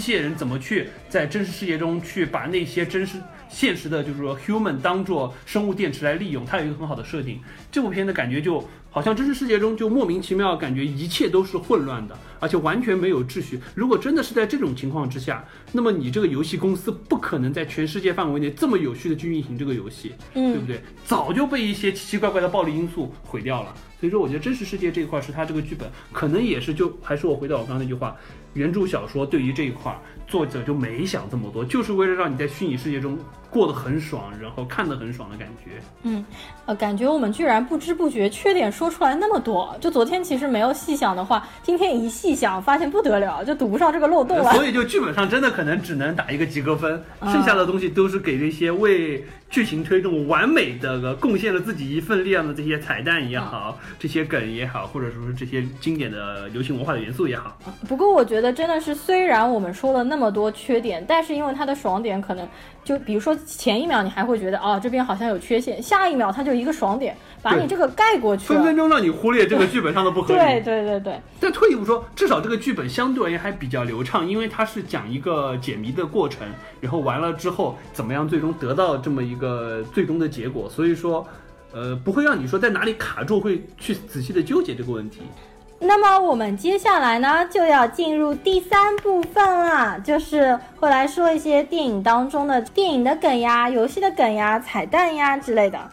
么去在真实世界中去把那些真实现实的，就是说 human 当做生物电池来利用，它有一个很好的设定。这部片的感觉就好像真实世界中就莫名其妙感觉一切都是混乱的，而且完全没有秩序。如果真的是在这种情况之下，那么你这个游戏公司不可能在全世界范围内这么有序的去运行这个游戏，对不对？早就被一些奇奇怪怪的暴力因素毁掉了。所以说我觉得真实世界这一块是它这个剧本可能也是，就还是我回到我刚刚那句话，原著小说对于这一块作者就没想这么多，就是为了让你在虚拟世界中过得很爽，然后看得很爽的感觉。 感觉我们居然不知不觉缺点说出来那么多，就昨天其实没有细想的话，今天一细想发现不得了，就堵不上这个漏洞了。 所以就剧本上真的可能只能打一个及格分，剩下的东西都是给那些为剧情推动完美的贡献了自己一份力量的这些彩蛋也好，这些梗也好，或者说是这些经典的流行文化的元素也好。 不过我觉得真的是，虽然我们说了那么多缺点，但是因为它的爽点可能就比如说前一秒你还会觉得这边好像有缺陷，下一秒它就一个爽点把你这个盖过去了， 分分钟让你忽略这个剧本上的不合理。 对。 但退一步说，至少这个剧本相对而言还比较流畅，因为它是讲一个解谜的过程，然后完了之后怎么样最终得到这么一个最终的结果，所以说不会让你说在哪里卡住，会去仔细的纠结这个问题。 那么我们接下来呢就要进入第3部分了，就是会来说一些电影当中的电影的梗呀、游戏的梗呀、彩蛋呀之类的。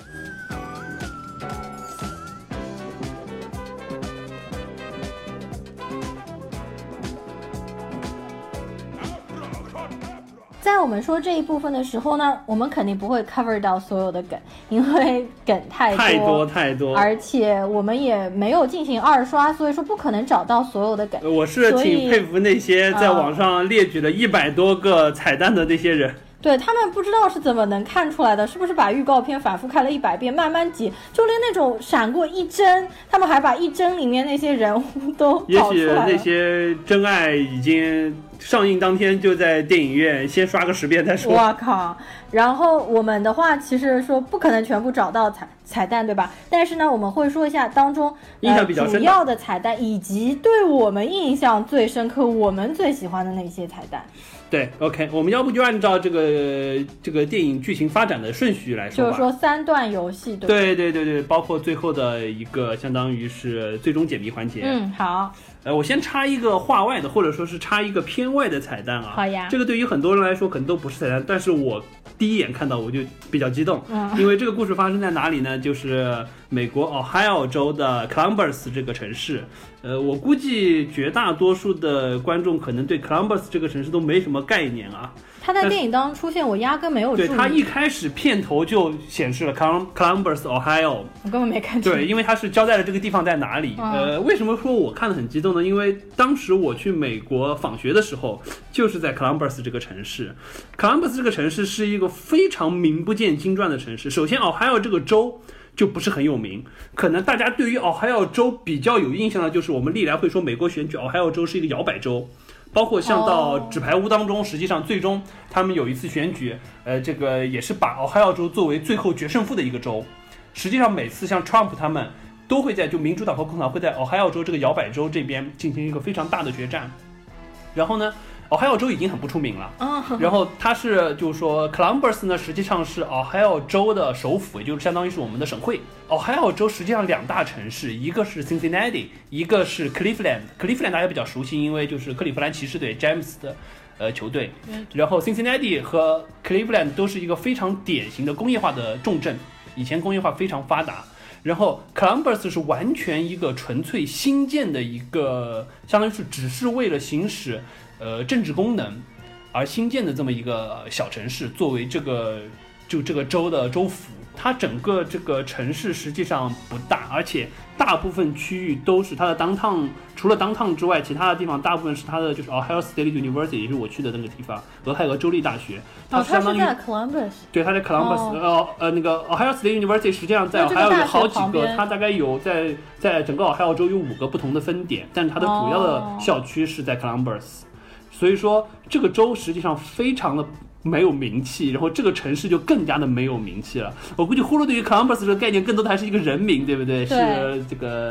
在我们说这一部分的时候呢，我们肯定不会 cover 到所有的梗，因为梗太多，而且我们也没有进行2刷，所以说不可能找到所有的梗。 我是挺佩服那些在网上列举了100多个彩蛋的那些人。 对，他们不知道是怎么能看出来的，是不是把预告片反复看了100遍，慢慢挤，就连那种闪过一帧，他们还把一帧里面那些人物都搞出来了。 也许那些真爱已经上映当天就在电影院先刷个10遍再说。 我靠！然后我们的话其实说不可能全部找到彩蛋，对吧？但是呢，我们会说一下当中印象比较深主要的彩蛋，以及对我们印象最深刻、我们最喜欢的那些彩蛋。 对 ，OK， 我们要不就按照这个电影剧情发展的顺序来说吧。 就是说3段游戏， 对，包括最后的一个相当于是最终解谜环节。 好。 我先插一个话外的，或者说是插一个片外的彩蛋啊。 好呀。 这个对于很多人来说可能都不是彩蛋，但是我第一眼看到我就比较激动，因为这个故事发生在哪里呢？就是美国 Ohio 州的 Columbus 这个城市。我估计绝大多数的观众可能对 Columbus 这个城市都没什么概念啊。 他在电影当中出现，我压根没有注意。 对，他一开始片头就显示了 Columbus Ohio， 我根本没看清。 对，因为他是交代了这个地方在哪里。为什么说我看得很激动呢？因为当时我去美国访学的时候，就是在 Columbus 这个城市。Columbus 这个城市是一个非常名不见经传的城市。首先 Ohio 这个州就不是很有名，可能大家对于 Ohio 州比较有印象的就是我们历来会说美国选举 Ohio 州是一个摇摆州。包括像到纸牌屋当中，实际上最终他们有一次选举，这个也是把 Ohio 州作为最后决胜负的一个州。实际上每次像 Trump 他们都会在就民主党和共和党会在 Ohio 州这个摇摆州这边进行一个非常大的决战。然后呢，Ohio 州已经很不出名了，然后它是就是说 Columbus 呢实际上是 Ohio 州的首府，也就是相当于是我们的省会。Ohio 州实际上2大城市，一个是 Cincinnati， 一个是 Cleveland。Cleveland 大家比较熟悉，因为就是克利夫兰骑士队 James 的球队。然后 Cincinnati 和 Cleveland 都是一个非常典型的工业化的重镇，以前工业化非常发达。然后 Columbus 是完全一个纯粹新建的一个，相当于是只是为了行使政治功能而新建的这么一个小城市，作为这个州的州府。它整个这个城市实际上不大，而且大部分区域都是它的 downtown， 除了 downtown 之外，其他的地方大部分是它的就是 Ohio State University， 也是我去的那个地方，俄亥俄州立大学。 它相当于它是在 Columbus。 对，它在 Columbus，那个 Ohio State University 实际上在 Ohio 有好几个，它大概有在整个 Ohio 州有5个不同的分点，但是它的主要的校区是在 Columbus。所以说这个州实际上非常的没有名气，然后这个城市就更加的没有名气了。我估计呼噜对于 Columbus 这个概念更多的还是一个人名，对不对？是这个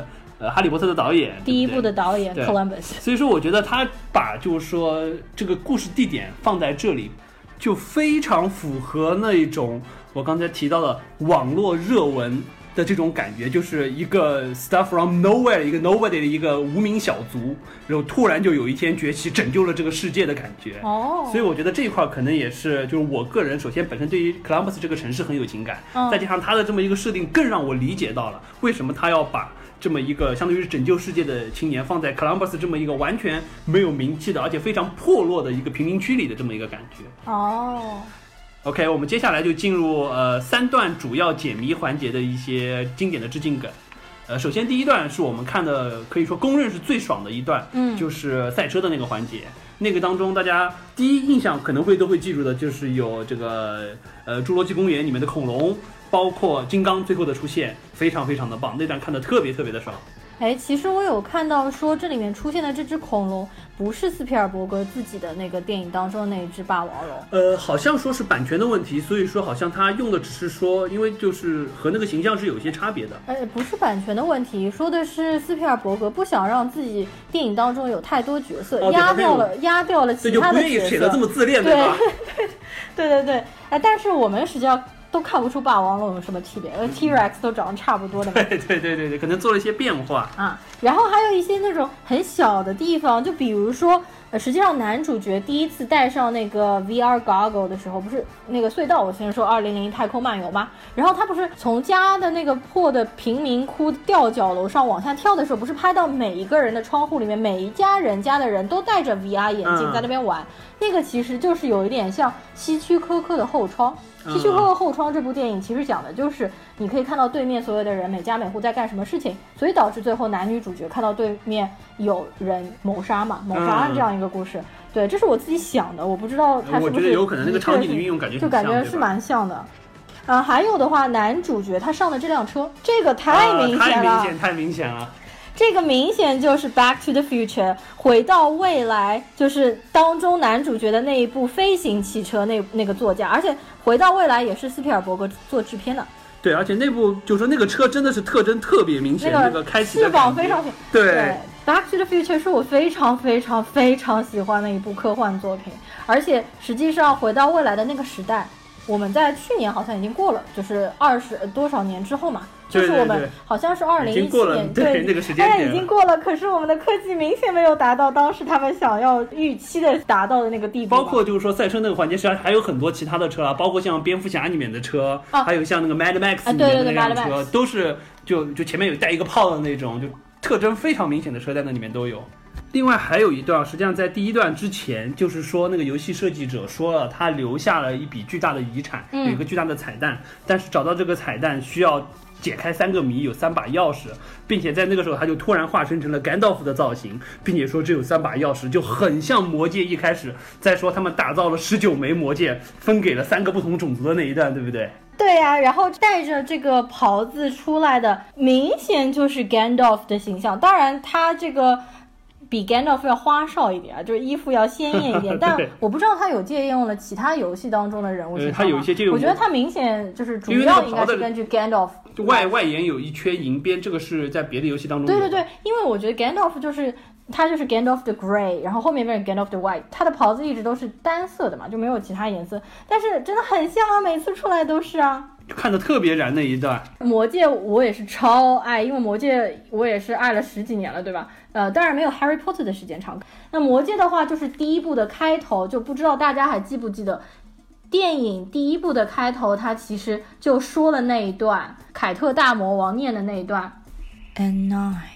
哈利波特的导演， 第一部的导演 Columbus。 所以说我觉得他把就是说这个故事地点放在这里，就非常符合那种我刚才提到的网络热文的这种感觉，就是一个 stuff from nowhere 一个 nobody 的一个无名小卒，然后突然就有一天崛起，拯救了这个世界的感觉。所以我觉得这一块可能也是，就是我个人首先本身对于 Columbus 这个城市很有情感，再加上他的这么一个设定，更让我理解到了为什么他要把这么一个相当于是拯救世界的青年放在 Columbus 这么一个完全没有名气的，而且非常破落的一个贫民区里的这么一个感觉。OK， 我们接下来就进入3段主要解谜环节的一些经典的致敬梗。首先第一段是我们看的可以说公认是最爽的一段，就是赛车的那个环节。那个当中大家第一印象可能都会记住的就是有这个侏罗纪公园里面的恐龙，包括金刚最后的出现，非常非常的棒，那段看得特别特别的爽。 其实我有看到说这里面出现的这只恐龙不是斯皮尔伯格自己的那个电影当中的那一只霸王龙， 好像说是版权的问题，所以说好像他用的只是说，因为就是和那个形象是有些差别的。 不是版权的问题，说的是斯皮尔伯格不想让自己电影当中有太多角色，压掉了其他的角色， 就不愿意写得这么自恋，对吧？ 对，但是我们实际上都看不出霸王龙有什么区别，T-Rex 都长得差不多的嘛。 对，可能做了一些变化啊。然后还有一些那种很小的地方，就比如说，实际上男主角第一次戴上那个 VR goggle 的时候，不是那个隧道，我先说2001太空漫游嘛。然后他不是从家的那个破的贫民窟吊脚楼上往下跳的时候，不是拍到每一个人的窗户里面，每一家人家的人都戴着 VR 眼镜在那边玩，那个其实就是有一点像希区柯克的后窗。希区柯克后窗这部电影其实讲的就是你可以看到对面所有的人每家每户在干什么事情，所以导致最后男女主角看到对面有人谋杀案这样一个故事。对，这是我自己想的，我不知道他是不是， 我觉得有可能那个场景的运用感觉就感觉是蛮像的。还有的话，男主角他上的这辆车，这个太明显了， 太明显了。 这个明显就是 Back to the Future 回到未来，就是当中男主角的那一部飞行汽车那个座驾，而且回到未来也是斯皮尔伯格做制片的。 对，而且那部就是说那个车真的是特征特别明显，那个开启的翅膀非常对。 Back to the Future 是我非常非常非常喜欢的一部科幻作品，而且实际上回到未来的那个时代，我们在去年好像已经过了，就是20多少年之后嘛。就是我们好像是2017年， 对那个时间点已经过了，可是我们的科技明显没有达到当时他们想要预期的达到的那个地步。 包括就是说赛车那个环节，实际上还有很多其他的车啊，包括像蝙蝠侠里面的车，还有像那个 Mad Max 里面的那辆车，都是就前面有带一个炮的那种，就特征非常明显的车在那里面都有。另外还有一段，实际上在第一段之前，就是说那个游戏设计者说了，他留下了一笔巨大的遗产，有一个巨大的彩蛋，但是找到这个彩蛋需要解开3个谜，有3把钥匙，并且在那个时候他就突然化身成了 Gandalf 的造型，并且说这有3把钥匙，就很像魔戒一开始在说他们打造了19枚魔戒，分给了3个不同种族的那一段，对不对？ 对呀，然后带着这个袍子出来的，明显就是 Gandalf 的形象。当然，他这个比 Gandalf 要花哨一点，就是衣服要鲜艳一点，但我不知道他有借用了其他游戏当中的人物形象吗？ 他有一些借用， 我觉得他明显就是主要应该是根据 Gandalf 外沿有一圈银边，这个是在别的游戏当中有。 对，因为我觉得 Gandalf 就是他就是 Gandalf the Grey， 然后后面变成 Gandalf the White， 他的袍子一直都是单色的嘛，就没有其他颜色，但是真的很像啊，每次出来都是啊。 看得特别燃那一段。 魔戒我也是超爱，因为魔戒我也是爱了10几年了，对吧？当然没有 Harry Potter 的时间长。那魔戒的话，就是第一部的开头，就不知道大家还记不记得，电影第一部的开头，他其实就说了那一段，凯特大魔王念的那一段。 And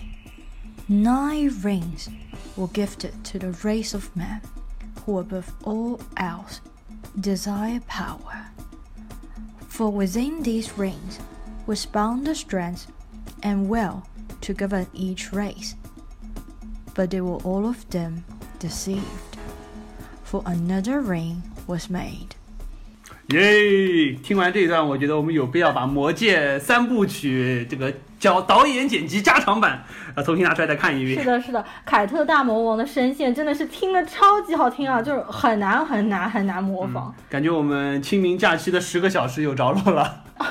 nine rings were gifted to the race of men, who above all else desire power.For within these rings was bound the strength and will to govern each race. But they were all of them deceived, for another ring was made. 耶！听完这一段，我觉得我们有必要把《魔戒》3部曲这个叫导演剪辑加长版重新拿出来再看一遍。 是的，凯特大魔王的声线真的是听了超级好听啊，就是很难模仿。 感觉我们清明假期的10个小时有着落了。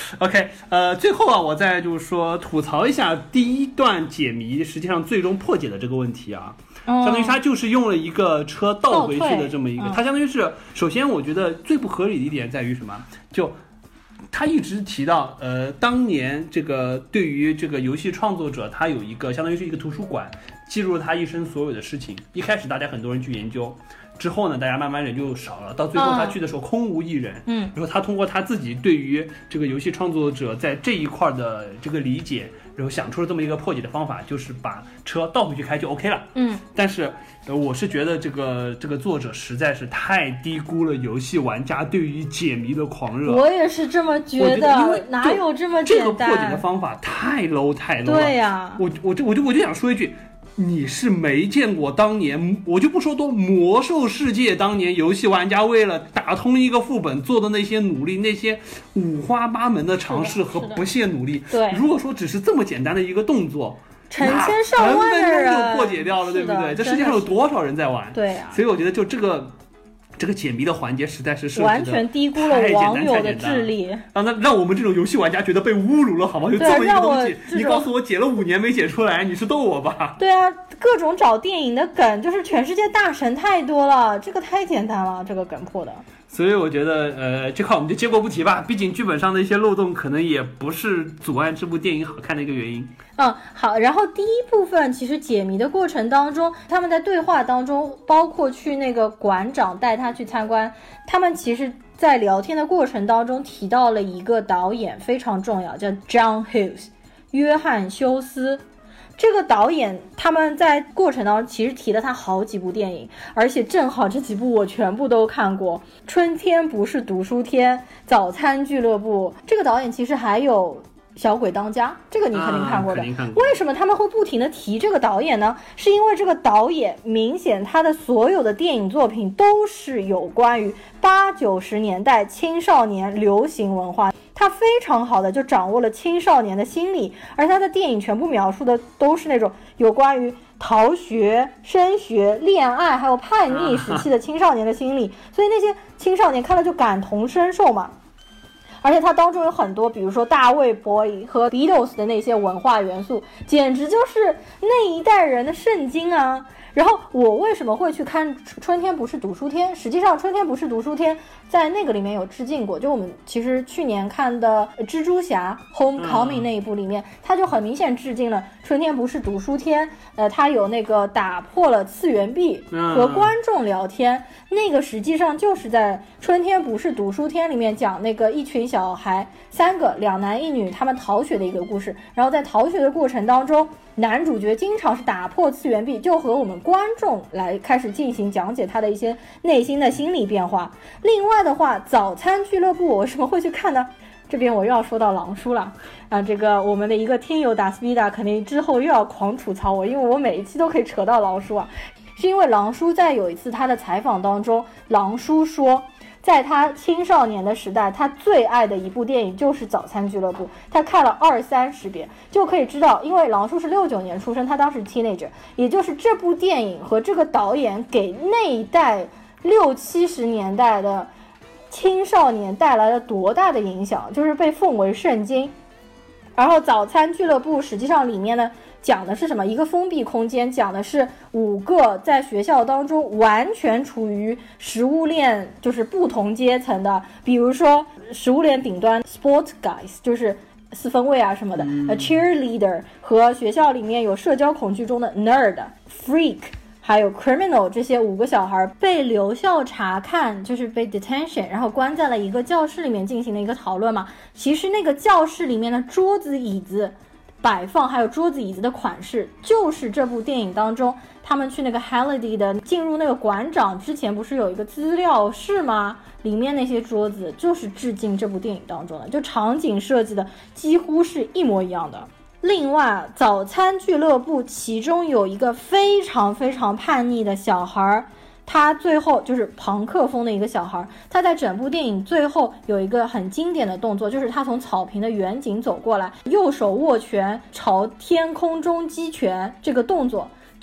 OK， 最后啊，我再就是说吐槽一下第一段解谜，实际上最终破解的这个问题啊。相当于它就是用了一个车倒回去的这么一个，它相当于是，首先我觉得最不合理的一点在于什么？就他一直提到，当年这个对于这个游戏创作者，他有一个相当于是一个图书馆，记录了他一生所有的事情。一开始大家很多人去研究，之后呢，大家慢慢人就少了，到最后他去的时候空无一人。然后他通过他自己对于这个游戏创作者在这一块的这个理解，然后想出了这么一个破解的方法，就是把车倒回去开就 OK 了。但是我是觉得这个作者实在是太低估了游戏玩家对于解谜的狂热。 我也是这么觉得，因为哪有这么简单？ 这个破解的方法太 low 了。 对呀， 我就想说一句。你是没见过当年，我就不说多魔兽世界当年游戏玩家为了打通一个副本做的那些努力，那些五花八门的尝试和不懈努力。 对， 如果说只是这么简单的一个动作， 成千上万的人分钟就破解掉了，对不对？这世界上有多少人在玩？ 对呀， 所以我觉得就这个解谜的环节实在是完全低估了网友的智力， 让我们这种游戏玩家觉得被侮辱了，好吗？就这么一个东西，你告诉我解了5年没解出来，你是逗我吧？ 对啊，各种找电影的梗，就是全世界大神太多了，这个太简单了，这个梗破的。 所以我觉得，这块我们就接过不提吧，毕竟剧本上的一些漏洞可能也不是阻碍这部电影好看的一个原因。 好，然后第一部分其实解谜的过程当中，他们在对话当中，包括去那个馆长带他去参观，他们其实在聊天的过程当中提到了一个导演非常重要，叫 John Hughes 约翰休斯。这个导演他们在过程当中其实提了他好几部电影，而且正好这几部我全部都看过。春天不是读书天、早餐俱乐部，这个导演其实还有小鬼当家，这个你肯定看过的。为什么他们会不停地提这个导演呢？是因为这个导演明显他的所有的电影作品都是有关于80、90年代青少年流行文化，他非常好的就掌握了青少年的心理，而他的电影全部描述的都是那种有关于逃学、升学、恋爱还有叛逆时期的青少年的心理，所以那些青少年看了就感同身受嘛。而且它当中有很多，比如说大卫 boy 和 Beatles 的那些文化元素，简直就是那一代人的圣经啊。然后我为什么会去看春天不是读书天？实际上春天不是读书天在那个里面有致敬过，就我们其实去年看的蜘蛛侠 Homecoming 那一部里面，它就很明显致敬了春天不是读书天。它有那个打破了次元壁和观众聊天，那个实际上就是在春天不是读书天里面讲那个一群小孩，3个2男1女他们逃学的一个故事。然后在逃学的过程当中，男主角经常是打破次元壁，就和我们观众来开始进行讲解他的一些内心的心理变化。另外的话，早餐俱乐部我为什么会去看呢？这边我又要说到狼叔了这个我们的一个听友达斯比达肯定之后又要狂吐槽我，因为我每一期都可以扯到狼叔啊。是因为狼叔在有一次他的采访当中，狼叔说在他青少年的时代，他最爱的一部电影就是早餐俱乐部，他看了20-30遍，就可以知道，因为狼叔是69年出生，他当时 teenager， 也就是这部电影和这个导演给那一代60-70年代的青少年带来了多大的影响，就是被奉为圣经。然后早餐俱乐部实际上里面呢讲的是什么？一个封闭空间，讲的是5个在学校当中完全处于食物链就是不同阶层的，比如说食物链顶端 sport guys 就是四分卫啊什么的cheerleader 和学校里面有社交恐惧中的 nerd freak还有 criminal， 这些5个小孩被留校查看，就是被 detention， 然后关在了一个教室里面进行了一个讨论嘛。其实那个教室里面的桌子椅子摆放还有桌子椅子的款式，就是这部电影当中他们去那个 Halliday 的进入那个馆长之前不是有一个资料室吗？里面那些桌子就是致敬这部电影当中的，就场景设计的几乎是一模一样的。另外早餐俱乐部其中有一个非常非常叛逆的小孩，他最后就是朋克风的一个小孩，他在整部电影最后有一个很经典的动作，就是他从草坪的远景走过来，右手握拳朝天空中击拳，这个动作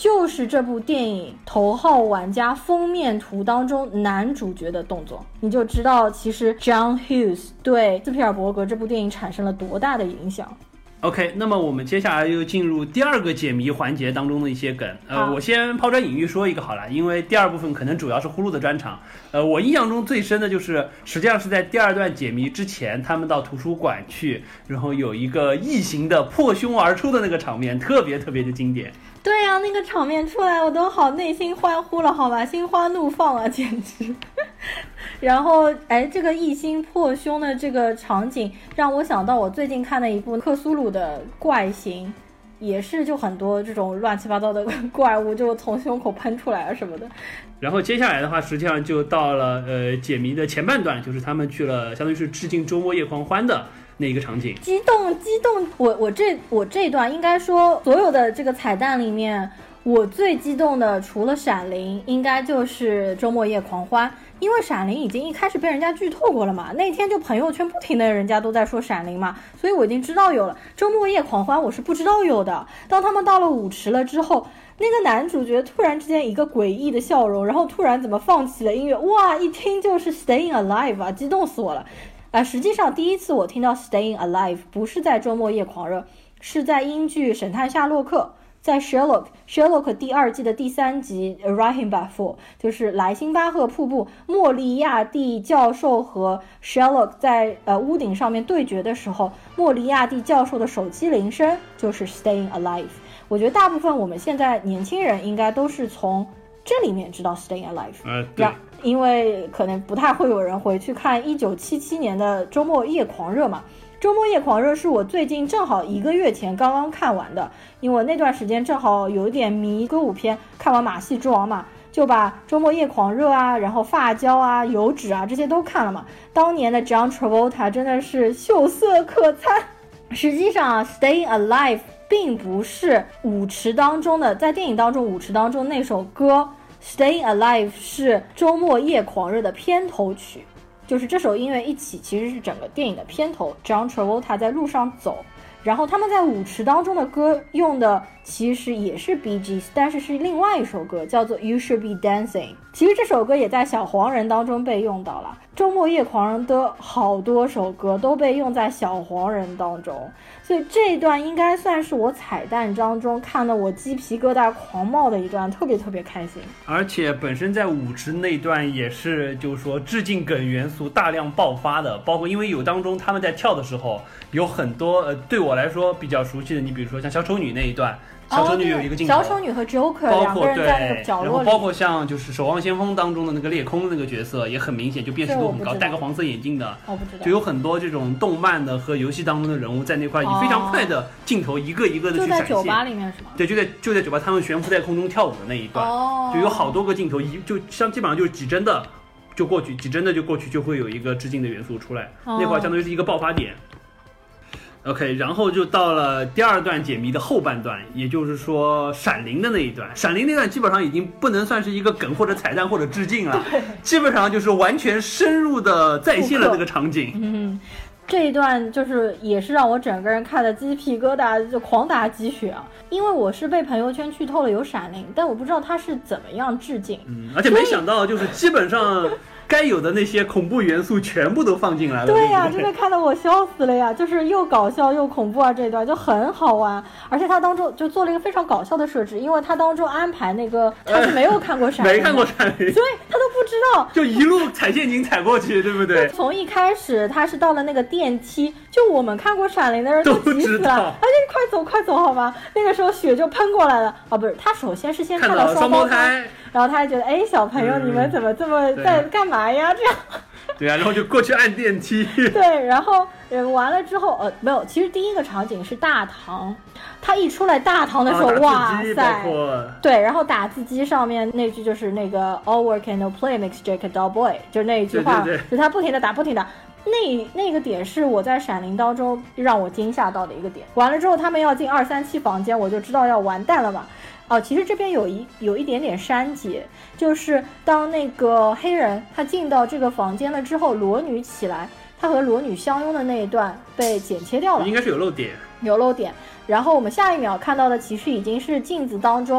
就是这部电影头号玩家封面图当中男主角的动作，你就知道其实 John Hughes 对斯皮尔伯格这部电影产生了多大的影响。 OK， 那么我们接下来又进入第二个解谜环节当中的一些梗。我先抛砖引玉说一个好了，因为第二部分可能主要是呼噜的专场。我印象中最深的就是，实际上是在第二段解谜之前，他们到图书馆去，然后有一个异形的破胸而出的那个场面，特别特别的经典。 对啊，那个场面出来我都好内心欢呼了，好吧，心花怒放啊，简直。然后这个异星破胸的这个场景让我想到我最近看的一部克苏鲁的怪形，也是就很多这种乱七八糟的怪物就从胸口喷出来啊什么的。 然后接下来的话实际上就到了解谜的前半段，就是他们去了相当于是致敬周末夜狂欢的那一个场景。 激动！我这段应该说所有的这个彩蛋里面，我最激动的除了闪灵应该就是周末夜狂欢，因为闪灵已经一开始被人家剧透过了嘛，那天就朋友圈不停的人家都在说闪灵嘛，所以我已经知道有了。周末夜狂欢我是不知道有的，当他们到了舞池了之后，那个男主角突然之间一个诡异的笑容，然后突然怎么放起了音乐，哇，一听就是 Staying Alive 啊，激动死我了。实际上第一次我听到 Staying Alive 不是在周末夜狂热，是在英剧神探夏洛克，在 Sherlock 第二季的第3集 Reichenbach Fall， 就是莱辛巴赫瀑布，莫利亚蒂教授和 Sherlock 在屋顶上面对决的时候，莫利亚蒂教授的手机铃声就是 Staying Alive。 我觉得大部分我们现在年轻人应该都是从这里面知道 Staying Alive， 对， 因为可能不太会有人回去看1977年的周末夜狂热嘛。周末夜狂热是我最近正好1个月前刚刚看完的，因为我那段时间正好有点迷歌舞片，看完马戏之王嘛，就把周末夜狂热啊，然后发胶啊、油脂啊这些都看了嘛。当年的 John Travolta 真的是秀色可餐。实际上 Staying Alive 并不是舞池当中的，在电影当中舞池当中那首歌， Staying Alive 是周末夜狂热的片头曲，就是这首音乐一起其实是整个电影的片头。 John Travolta 在路上走，然后他们在舞池当中的歌用的其实也是 Bee Gees， 但是是另外一首歌叫做 You Should Be Dancing， 其实这首歌也在小黄人当中被用到了。周末夜狂人的好多首歌都被用在小黄人当中，所以这一段应该算是我彩蛋当中看得我鸡皮疙瘩狂冒的一段，特别特别开心。 而且本身在舞池那段也是就是说致敬梗元素大量爆发的，包括因为有当中他们在跳的时候有很多对我来说比较熟悉的，你比如说像小丑女那一段，小丑女有一个镜头， 小丑女和 Joker 两个人在那个角落里， 然后包括像就是守望先锋当中的那个裂空的那个角色也很明显，就辨识度很高，戴个黄色眼镜的， 我不知道， 就有很多这种动漫的和游戏当中的人物在那块以非常快的镜头一个一个的去闪现。 就在酒吧里面是吗？ 对，就在酒吧，他们悬浮在空中跳舞的那一段，就有好多个镜头，就像基本上就是几帧的就过去，几帧的就过去，就会有一个致敬的元素出来，那块相当于是一个爆发点。OK， 然后就到了第二段解谜的后半段，也就是说闪灵的那一段。闪灵那段基本上已经不能算是一个梗或者彩蛋或者致敬了，基本上就是完全深入的再现了那个场景。 这一段就是也是让我整个人看的鸡皮疙瘩就狂打鸡血啊！因为我是被朋友圈剧透了有闪灵，但我不知道它是怎么样致敬。 而且没想到就是基本上该有的那些恐怖元素全部都放进来了。 对呀，真的看得我笑死了呀！就是又搞笑又恐怖啊，这一段就很好玩。而且他当中就做了一个非常搞笑的设置，因为他当中安排那个他是没有看过闪灵， 没看过闪灵， 所以他都不知道， 就一路踩陷阱踩过去，对不对？ 从一开始他是到了那个电梯，就我们看过闪灵的人都急死了，而且快走快走好吗？那个时候血就喷过来了啊！不是，他首先是先看到双胞胎，然后他还觉得哎，小朋友你们怎么这么在干嘛呀？这样。 对啊，然后就过去按电梯。 对，然后完了之后没有，其实第一个场景是大堂，他一出来大堂的时候，哇塞，对，然后打字机上面那句就是那个 All work and no play makes Jack a dull boy， 就是那一句话， 对， 就他不停的打不停的。那个点是我在闪灵当中让我惊吓到的一个点。完了之后他们要进237房间，我就知道要完蛋了嘛。其实这边有一点点删节，就是当那个黑人他进到这个房间了之后，裸女起来，他和裸女相拥的那一段被剪切掉了， 应该是有漏点。 然后我们下一秒看到的其实已经是镜子当中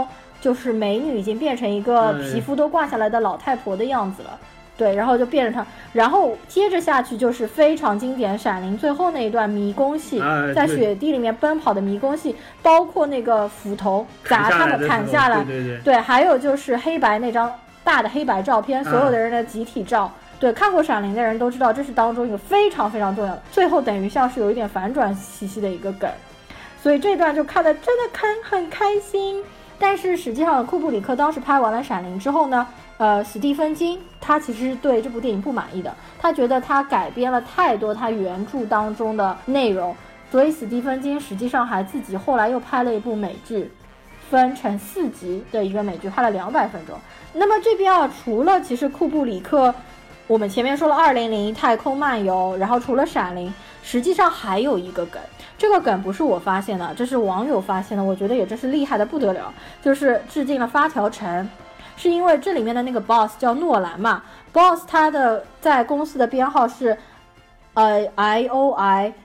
就是美女已经变成一个皮肤都挂下来的老太婆的样子了。对，然后就变成她，然后接着下去就是非常经典闪灵最后那一段迷宫戏，在雪地里面奔跑的迷宫戏，包括那个斧头砸他们砍下来，对，还有就是黑白那张大的黑白照片，所有的人的集体照。对，看过闪灵的人都知道，这是当中一个非常非常重要的，最后等于像是有一点反转气息的一个梗，所以这段就看的真的很开心。但是实际上库布里克当时拍完了闪灵之后呢，史蒂芬金他其实对这部电影不满意的，他觉得他改编了太多他原著当中的内容，所以史蒂芬金实际上还自己后来又拍了一部美剧，分成4集的一个美剧，拍了200分钟。那么这边啊，除了其实库布里克，我们前面说了2001太空漫游，然后除了闪灵，实际上还有一个梗，这个梗不是我发现的，这是网友发现的，我觉得也真是厉害的不得了，就是致敬了发条城。是因为这里面的那个 boss 叫诺兰嘛 ，boss 他的在公司的编号是IOI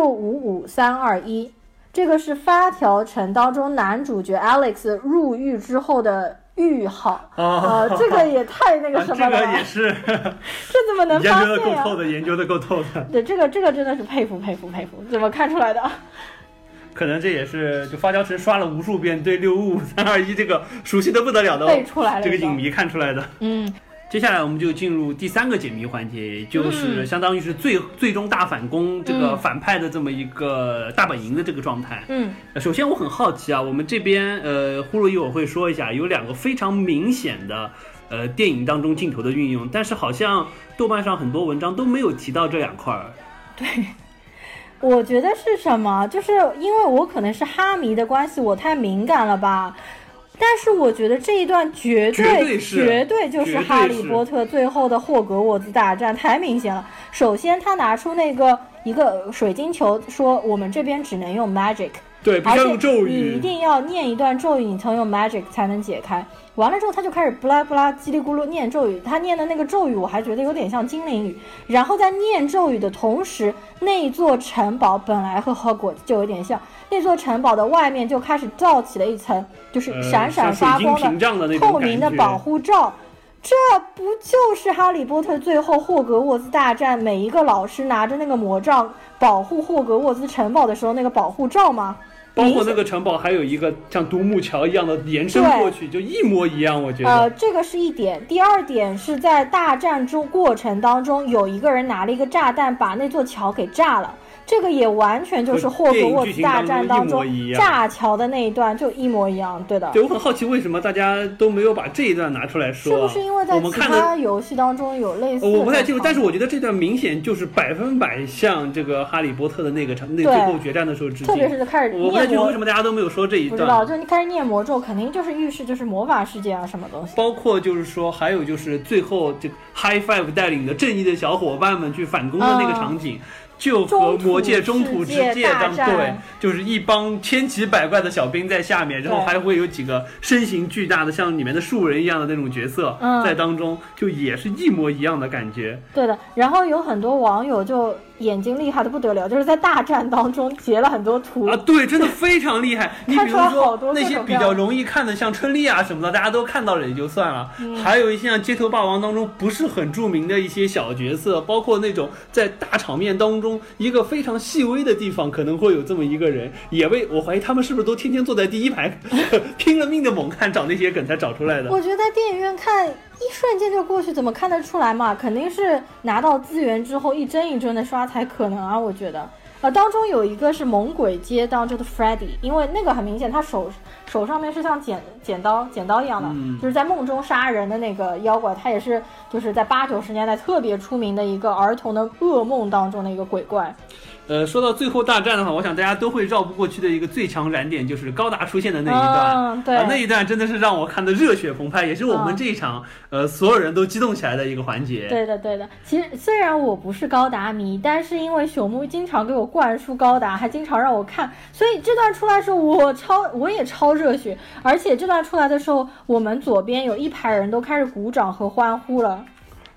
655321，这个是发条城当中男主角 Alex 入狱之后的狱号。这个也太那个什么了， 这个也是， 这怎么能发现啊？ 研究的够透的。 对，这个真的是佩服，怎么看出来的？ 可能这也是就发条城刷了无数遍，对655321这个熟悉的不得了的背出来了， 这个影迷看出来的。接下来我们就进入第3个解谜环节，就是相当于是最终大反攻这个反派的这么一个大本营的这个状态。首先我很好奇啊，我们这边呼噜一会儿会说一下，有2个非常明显的电影当中镜头的运用，但是好像豆瓣上很多文章都没有提到这2块。 对。我觉得是什么？就是因为我可能是哈迷的关系，我太敏感了吧。但是我觉得这一段绝对就是哈利波特最后的霍格沃兹大战，太明显了。首先他拿出一个水晶球，说我们这边只能用 magic， 对，不要用咒语， 你一定要念一段咒语，你才能用 magic 才能解开。完了之后他就开始布拉布拉叽里咕噜念咒语，他念的那个咒语我还觉得有点像精灵语。然后在念咒语的同时，那座城堡本来和Hogwarts就有点像，那座城堡的外面就开始罩起了一层就是闪闪发光的透明的保护罩。这不就是哈利波特最后霍格沃兹大战每一个老师拿着那个魔杖保护霍格沃兹城堡的时候那个保护罩吗？ 包括那个城堡还有一个像独木桥一样的延伸过去，就一模一样，我觉得。 这个是一点。第二点是在大战过程当中，有一个人拿了一个炸弹把那座桥给炸了。这个也完全就是霍格沃兹大战当中炸桥的那一段就一模一样，对的。 对，我很好奇为什么大家都没有把这一段拿出来说， 是不是因为在其他游戏当中有类似的？ 我不太清楚，但是我觉得这段明显就是100%向这个哈利波特的那最后决战的时候致敬。 特别是开始念魔， 我不太清楚为什么大家都没有说这一段。 不知道，就你开始念魔咒，肯定就是预示就是魔法世界啊什么东西。 包括就是说，还有就是最后这个 High Five 带领的正义的小伙伴们去反攻的那个场景。就和魔界中土之界对，就是一帮千奇百怪的小兵在下面，然后还会有几个身形巨大的像里面的树人一样的那种角色在当中，就也是一模一样的感觉。 对的，然后有很多网友就眼睛厉害的不得了，就是在大战当中截了很多图啊，对，真的非常厉害。你比如说那些比较容易看的，像春丽啊什么的，大家都看到了也就算了，还有一些像街头霸王当中不是很著名的一些小角色，包括那种在大场面当中一个非常细微的地方可能会有这么一个人，也为我怀疑他们是不是都天天坐在第一排拼了命的猛看找那些梗才找出来的。 我觉得在电影院看一瞬间就过去，怎么看得出来嘛？肯定是拿到资源之后一帧一帧的刷才可能啊，我觉得。当中有一个是猛鬼街当中的 Freddy， 因为那个很明显他手上面是像剪刀一样的，就是在梦中杀人的那个妖怪，他也是就是在80-90年代特别出名的一个儿童的噩梦当中的一个鬼怪。 说到最后大战的话，我想大家都会绕不过去的一个最强燃点就是高达出现的那一段， 对， 那一段真的是让我看的热血澎湃，也是我们这一场所有人都激动起来的一个环节。 对的，其实虽然我不是高达迷，但是因为朽木经常给我灌输高达，还经常让我看，所以这段出来的时候我也超热血，而且这段出来的时候，我们左边有一排人都开始鼓掌和欢呼了。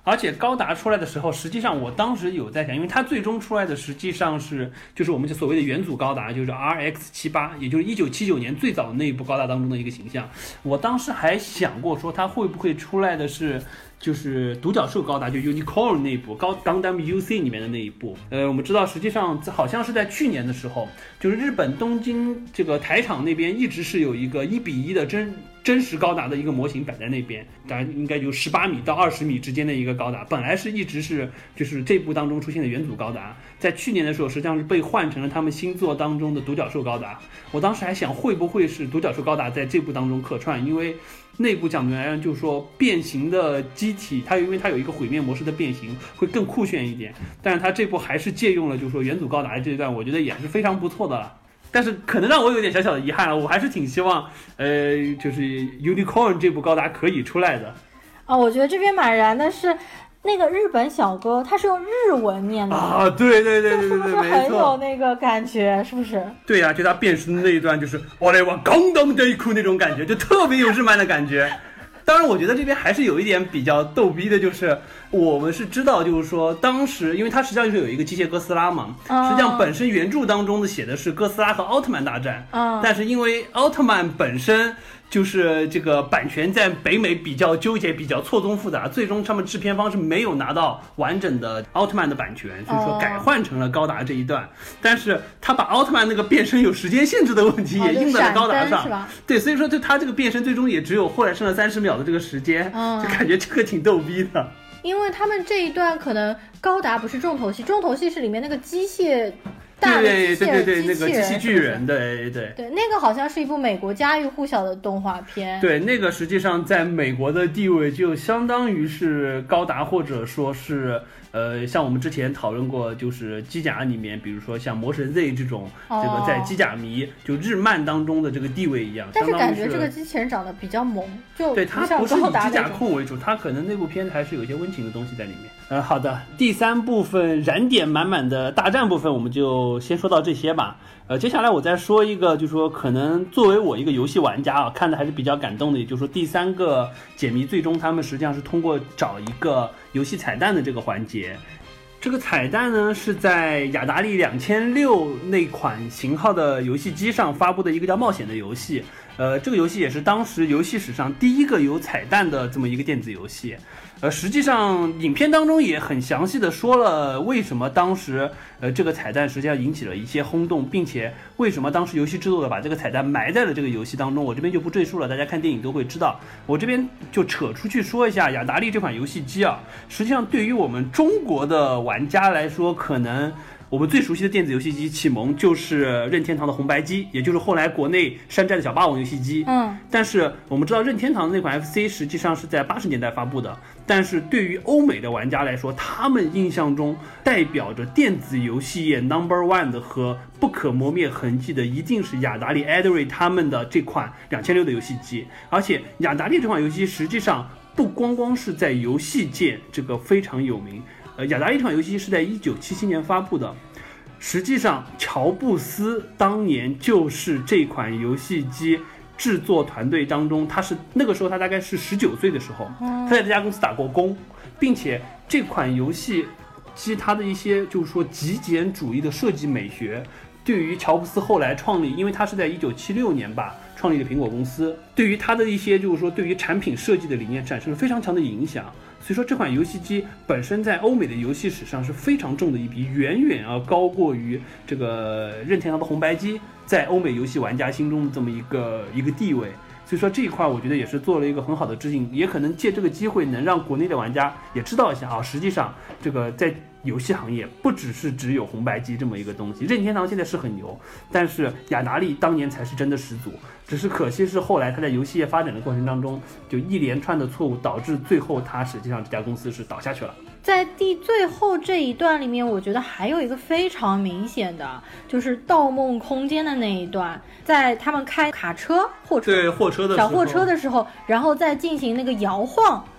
而且高达出来的时候，实际上我当时有在想，因为它最终出来的实际上是就是我们所谓的元祖高达，就是 RX78，也就是1979年最早的那一部高达当中的一个形象。我当时还想过说它会不会出来的是就是独角兽高达，就 Unicorn 那一部Gundam UC 里面的那一部。我们知道实际上好像是在去年的时候，就是日本东京这个台场那边一直是有一个1:1的真实高达的一个模型摆在那边，大概应该就18米到20米之间的一个高达，本来是一直是就是这部当中出现的元祖高达，在去年的时候实际上是被换成了他们新作当中的独角兽高达。我当时还想会不会是独角兽高达在这部当中客串，因为内部讲来就是说变形的机体，因为它有一个毁灭模式的变形会更酷炫一点，但是它这部还是借用了就是说元祖高达的这一段，我觉得也是非常不错的了。但是可能让我有点小小的遗憾了，我还是挺希望就是 Unicorn 这部高达可以出来的。 我觉得这边蛮燃的是那个日本小哥，他是用日文念的啊，对， 是不是很有那个感觉？是不是？ 对呀，就他变身的那一段，就是我来往刚当的一哭那种感觉，就特别有日漫的感觉。当然，我觉得这边还是有一点比较逗逼的，就是我们是知道，就是说当时，因为它实际上就是有一个机械哥斯拉嘛，实际上本身原著当中的写的是哥斯拉和奥特曼大战，但是因为奥特曼本身就是这个版权在北美比较纠结，比较错综复杂，最终他们制片方是没有拿到完整的奥特曼的版权，所以说改换成了高达这一段。但是他把奥特曼那个变身有时间限制的问题也印在了高达上，对，所以说就他这个变身最终也只有后来剩了30秒的这个时间，就感觉这个挺逗逼的。 因为他们这一段可能高达不是重头戏，重头戏是里面那个机械。 对，那个机器巨人，对， 那个好像是一部美国家喻户晓的动画片。 对，那个实际上在美国的地位就相当于是高达，或者说是像我们之前讨论过，就是机甲里面，比如说像魔神 Z 这种，这个在机甲迷就日漫当中的这个地位一样。 但是感觉这个机器人长得比较萌，就对，它不是以机甲控为主，它可能那部片子还是有一些温情的东西在里面。好的，第3部分燃点满满的大战部分，我们就先说到这些吧。接下来我再说一个，就是说可能作为我一个游戏玩家啊，看的还是比较感动的，也就是说第3个解谜最终他们实际上是通过找一个游戏彩蛋的这个环节。这个彩蛋呢是在雅达利2006那款型号的游戏机上发布的一个叫冒险的游戏。这个游戏也是当时游戏史上第一个有彩蛋的这么一个电子游戏。实际上影片当中也很详细的说了为什么当时这个彩蛋实际上引起了一些轰动，并且为什么当时游戏制作的把这个彩蛋埋在了这个游戏当中，我这边就不赘述了，大家看电影都会知道。我这边就扯出去说一下雅达利这款游戏机啊，实际上对于我们中国的玩家来说，可能我们最熟悉的电子游戏机启蒙就是任天堂的红白机，也就是后来国内山寨的小霸王游戏机。但是我们知道任天堂的那款 FC 实际上是在80年代发布的，但是对于欧美的玩家来说，他们印象中代表着电子游戏业 No.1 的和不可磨灭痕迹的，一定是雅达利 Adri 他们的这款2600的游戏机。而且雅达利这款游戏实际上不光光是在游戏界这个非常有名。雅达利这款游戏是在1977年发布的，实际上乔布斯当年就是这款游戏机制作团队当中，那个时候他大概是19岁的时候，他在这家公司打过工，并且这款游戏机它的一些就是说极简主义的设计美学，对于乔布斯后来创立，因为他是在1976年吧创立了苹果公司，对于他的一些就是说对于产品设计的理念产生了非常强的影响。所以说这款游戏机本身在欧美的游戏史上是非常重的一笔，远远要高过于这个任天堂的红白机在欧美游戏玩家心中的这么一个地位。所以说这一块我觉得也是做了一个很好的致敬，也可能借这个机会能让国内的玩家也知道一下啊，实际上这个在游戏行业不只有红白机这么一个东西，任天堂现在是很牛，但是雅达利当年才是真的始祖，只是可惜是后来他在游戏业发展的过程当中，就一连串的错误导致最后他实际上这家公司是倒下去了。 在最后这一段里面，我觉得还有一个非常明显的，就是《盗梦空间》的那一段，在他们开卡车、小货车的时候，然后再进行那个摇晃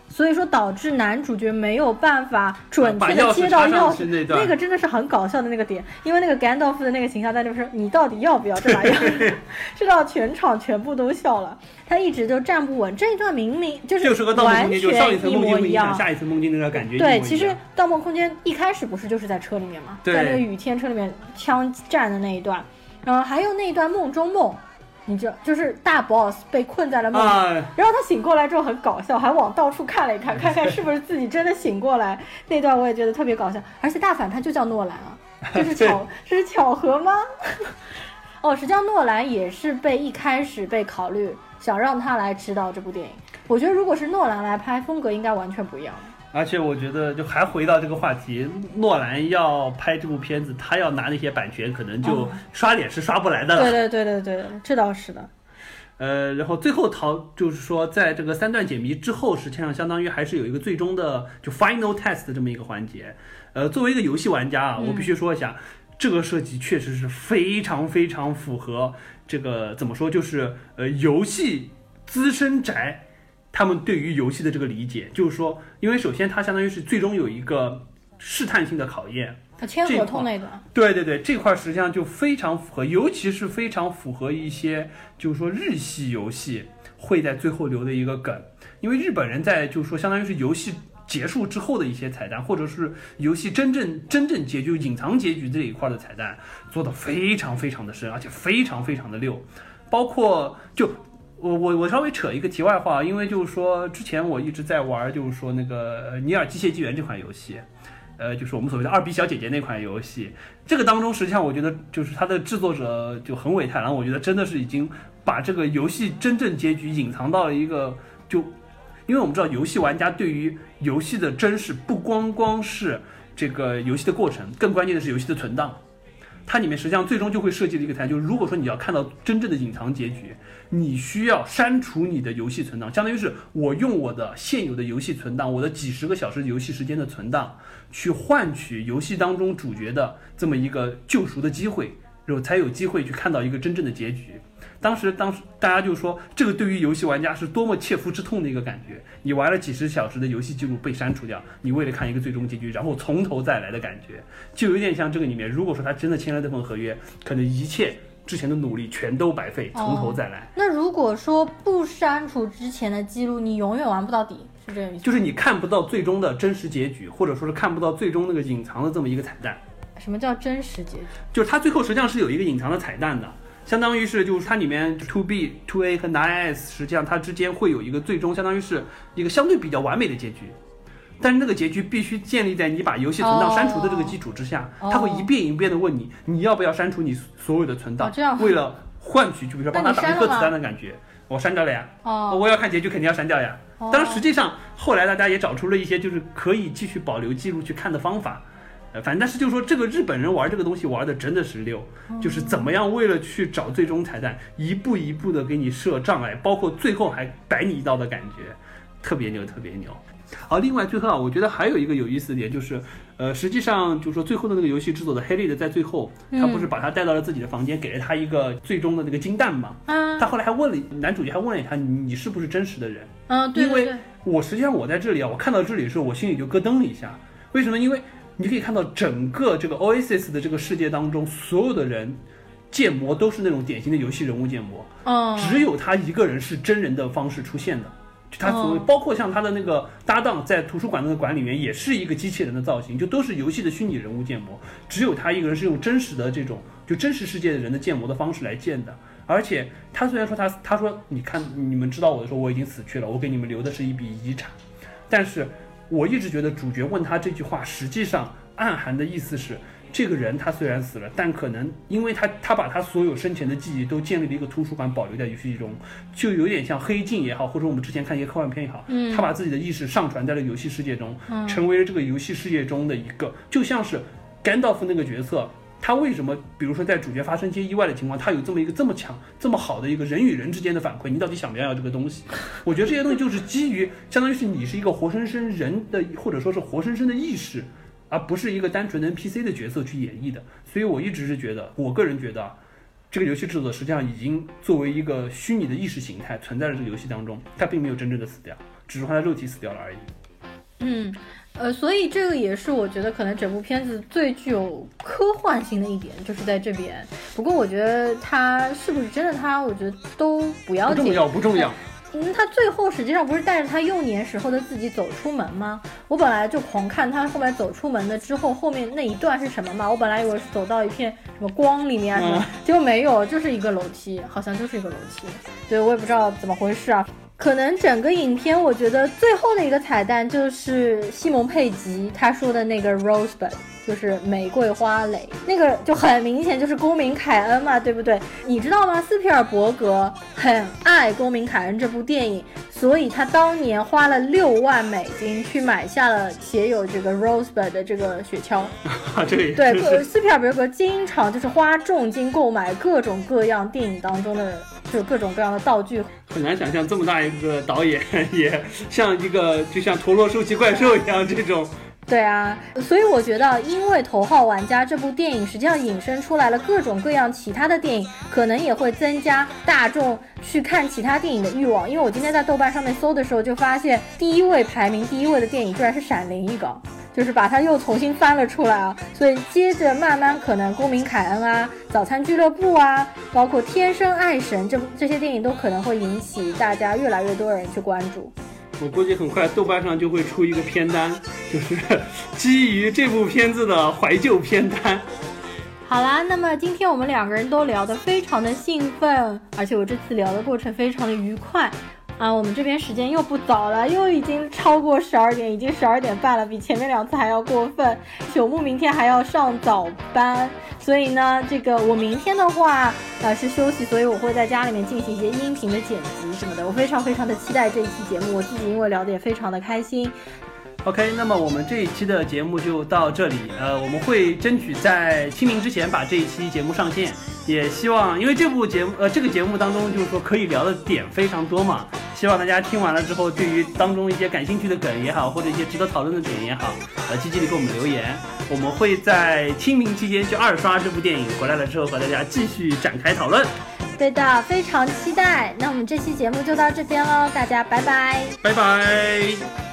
所以说导致男主角没有办法准确的接到钥匙，那个真的是很搞笑的那个点，因为那个甘道夫的那个形象在那边说你到底要不要这把钥匙，这到全场全部都笑了，他一直就站不稳。这一段明明就是个盗梦空间，就上一层梦境一样， 下一层梦境那个感觉。 对，其实盗梦空间一开始不是就是在车里面嘛，在那个雨天车里面枪战的那一段，然后还有那一段梦中梦。你知道，就是大 boss 被困在了梦里，然后他醒过来之后很搞笑，还往到处看了一看，看看是不是自己真的醒过来。那段我也觉得特别搞笑，而且大反派就叫诺兰啊，这是巧合吗？哦，实际上诺兰也是一开始被考虑想让他来指导这部电影。我觉得如果是诺兰来拍，风格应该完全不一样。 而且我觉得就还回到这个话题，诺兰要拍这部片子，他要拿那些版权，可能就刷脸是刷不来的了。 对，这倒是的。 然后最后就是说，在这个3段解谜之后，实际上相当于还是有一个最终的就 final test 的这么一个环节。作为一个游戏玩家啊，我必须说一下，这个设计确实是非常非常符合这个怎么说，就是游戏资深宅他们对于游戏的这个理解，就是说，因为首先它相当于是最终有一个试探性的考验， 签合同那段， 对，这块实际上就非常符合，尤其是非常符合一些就是说日系游戏会在最后留的一个梗，因为日本人在就是说相当于是游戏结束之后的一些彩蛋，或者是游戏真正结局隐藏结局这一块的彩蛋做得非常非常的深，而且非常非常的溜，包括就。我稍微扯一个题外话，因为就是说之前我一直在玩，就是说那个尼尔机械纪元这款游戏，就是我们所谓的2B 小姐姐那款游戏，这个当中实际上我觉得就是它的制作者就横尾太郎，我觉得真的是已经把这个游戏真正结局隐藏到了一个因为我们知道游戏玩家对于游戏的真实不光是这个游戏的过程，更关键的是游戏的存档。它里面实际上最终就会设计的一个台，就是如果说你要看到真正的隐藏结局，你需要删除你的游戏存档，相当于是我用我的现有的游戏存档，我的几十个小时游戏时间的存档，去换取游戏当中主角的这么一个救赎的机会，然后才有机会去看到一个真正的结局。当时大家就说，这个对于游戏玩家是多么切肤之痛的一个感觉。你玩了几十小时的游戏记录被删除掉，你为了看一个最终结局，然后从头再来的感觉，就有点像这个里面，如果说他真的签了这份合约，可能一切之前的努力全都白费，从头再来。 那如果说不删除之前的记录，你永远玩不到底，是这个意思？ 就是你看不到最终的真实结局，或者说是看不到最终那个隐藏的这么一个彩蛋。 什么叫真实结局？ 就是它最后实际上是有一个隐藏的彩蛋的。相当于是就是它里面 2B、2A 和 9S 实际上它之间会有一个最终相当于是一个相对比较完美的结局，但是那个结局必须建立在你把游戏存档删除的这个基础之下，它会一遍一遍的问你要不要删除你所有的存档，为了换取就比如说帮他打一颗子弹的感觉，我删掉了呀，我要看结局肯定要删掉呀。当然实际上后来大家也找出了一些就是可以继续保留记录去看的方法。反正但是就是说这个日本人玩这个东西玩的真的是溜，就是怎么样为了去找最终彩蛋，一步一步的给你设障碍，包括最后还摆你一道的感觉，特别牛。好，另外最后啊，我觉得还有一个有意思的点就是，实际上就是说最后的那个游戏制作的黑利的在最后，他不是把他带到了自己的房间，给了他一个最终的那个金蛋嘛？他后来还问了男主角，还问了他你是不是真实的人？ 对， 因为我实际上我在这里啊，我看到这里的时候，我心里就咯噔了一下，为什么？因为你可以看到整个这个 Oasis 的这个世界当中，所有的人建模都是那种典型的游戏人物建模，只有他一个人是真人的方式出现的。就他所谓，包括像他的那个搭档在图书馆那个馆里面也是一个机器人的造型，就都是游戏的虚拟人物建模，只有他一个人是用真实的这种就真实世界的人的建模的方式来建的。而且他虽然说他说你看你们知道我的时候我已经死去了，我给你们留的是一笔遗产，但是我一直觉得主角问他这句话，实际上暗含的意思是，这个人他虽然死了，但可能因为他把他所有生前的记忆都建立了一个图书馆，保留在游戏中，就有点像黑镜也好，或者我们之前看一些科幻片也好，他把自己的意识上传在了游戏世界中，成为了这个游戏世界中的一个，就像是甘道夫那个角色。他为什么比如说在主角发生一些意外的情况，他有这么一个这么强这么好的一个人与人之间的反馈，你到底想不要这个东西？我觉得这些东西就是基于相当于是你是一个活生生人的，或者说是活生生的意识，而不是一个单纯的 NPC 的角色去演绎的。所以我一直是觉得，我个人觉得这个游戏制作实际上已经作为一个虚拟的意识形态存在了这个游戏当中，它并没有真正的死掉， 只是他的肉体死掉了而已。 所以这个也是我觉得可能整部片子最具有科幻性的一点，就是在这边。不过我觉得他是不是真的我觉得都不要紧， 不重要。 他最后实际上不是带着他幼年时候的自己走出门吗？我本来就狂看他后面走出门的之后，后面那一段是什么嘛？我本来以为是走到一片什么光里面什么，结果没有，就是一个楼梯，好像就是一个楼梯。对，我也不知道怎么回事啊。可能整个影片我觉得最后的一个彩蛋就是西蒙佩吉他说的那个 rosebud， 就是玫瑰花蕾，那个就很明显就是公民凯恩嘛，对不对？你知道吗？斯皮尔伯格很爱公民凯恩这部电影，所以他当年花了6万美金去买下了写有这个 rosebud 的这个雪橇。 这个也对，斯皮尔伯格经常就是花重金购买各种各样电影当中的就各种各样的道具。 很难想象这么大一个导演也像一个就像陀螺收集怪兽一样这种。 对啊，所以我觉得因为头号玩家这部电影实际上引申出来了各种各样其他的电影，可能也会增加大众去看其他电影的欲望。因为我今天在豆瓣上面搜的时候就发现排名第一位的电影居然是闪灵一个，就是把它又重新翻了出来啊。所以接着慢慢可能公民凯恩啊、早餐俱乐部啊，包括天生爱神这些电影都可能会引起大家越来越多人去关注。 我估计很快豆瓣上就会出一个片单，就是基于这部片子的怀旧片单。 好啦，那么今天我们2个人都聊得非常的兴奋，而且我这次聊的过程非常的愉快啊。我们这边时间又不早了，又已经超过12点，已经12点半了，比前面2次还要过分。朽木明天还要上早班，所以呢这个我明天的话是休息，所以我会在家里面进行一些音频的剪辑什么的。我非常非常的期待这一期节目，我自己因为聊得也非常的开心。 OK， 那么我们这一期的节目就到这里。我们会争取在清明之前把这一期节目上线，也希望因为这个节目当中就是说可以聊的点非常多嘛，希望大家听完了之后，对于当中一些感兴趣的梗也好，或者一些值得讨论的点也好，积极的给我们留言。我们会在清明期间去2刷这部电影，回来了之后和大家继续展开讨论。 对的，非常期待。那我们这期节目就到这边咯，大家拜拜。 拜拜。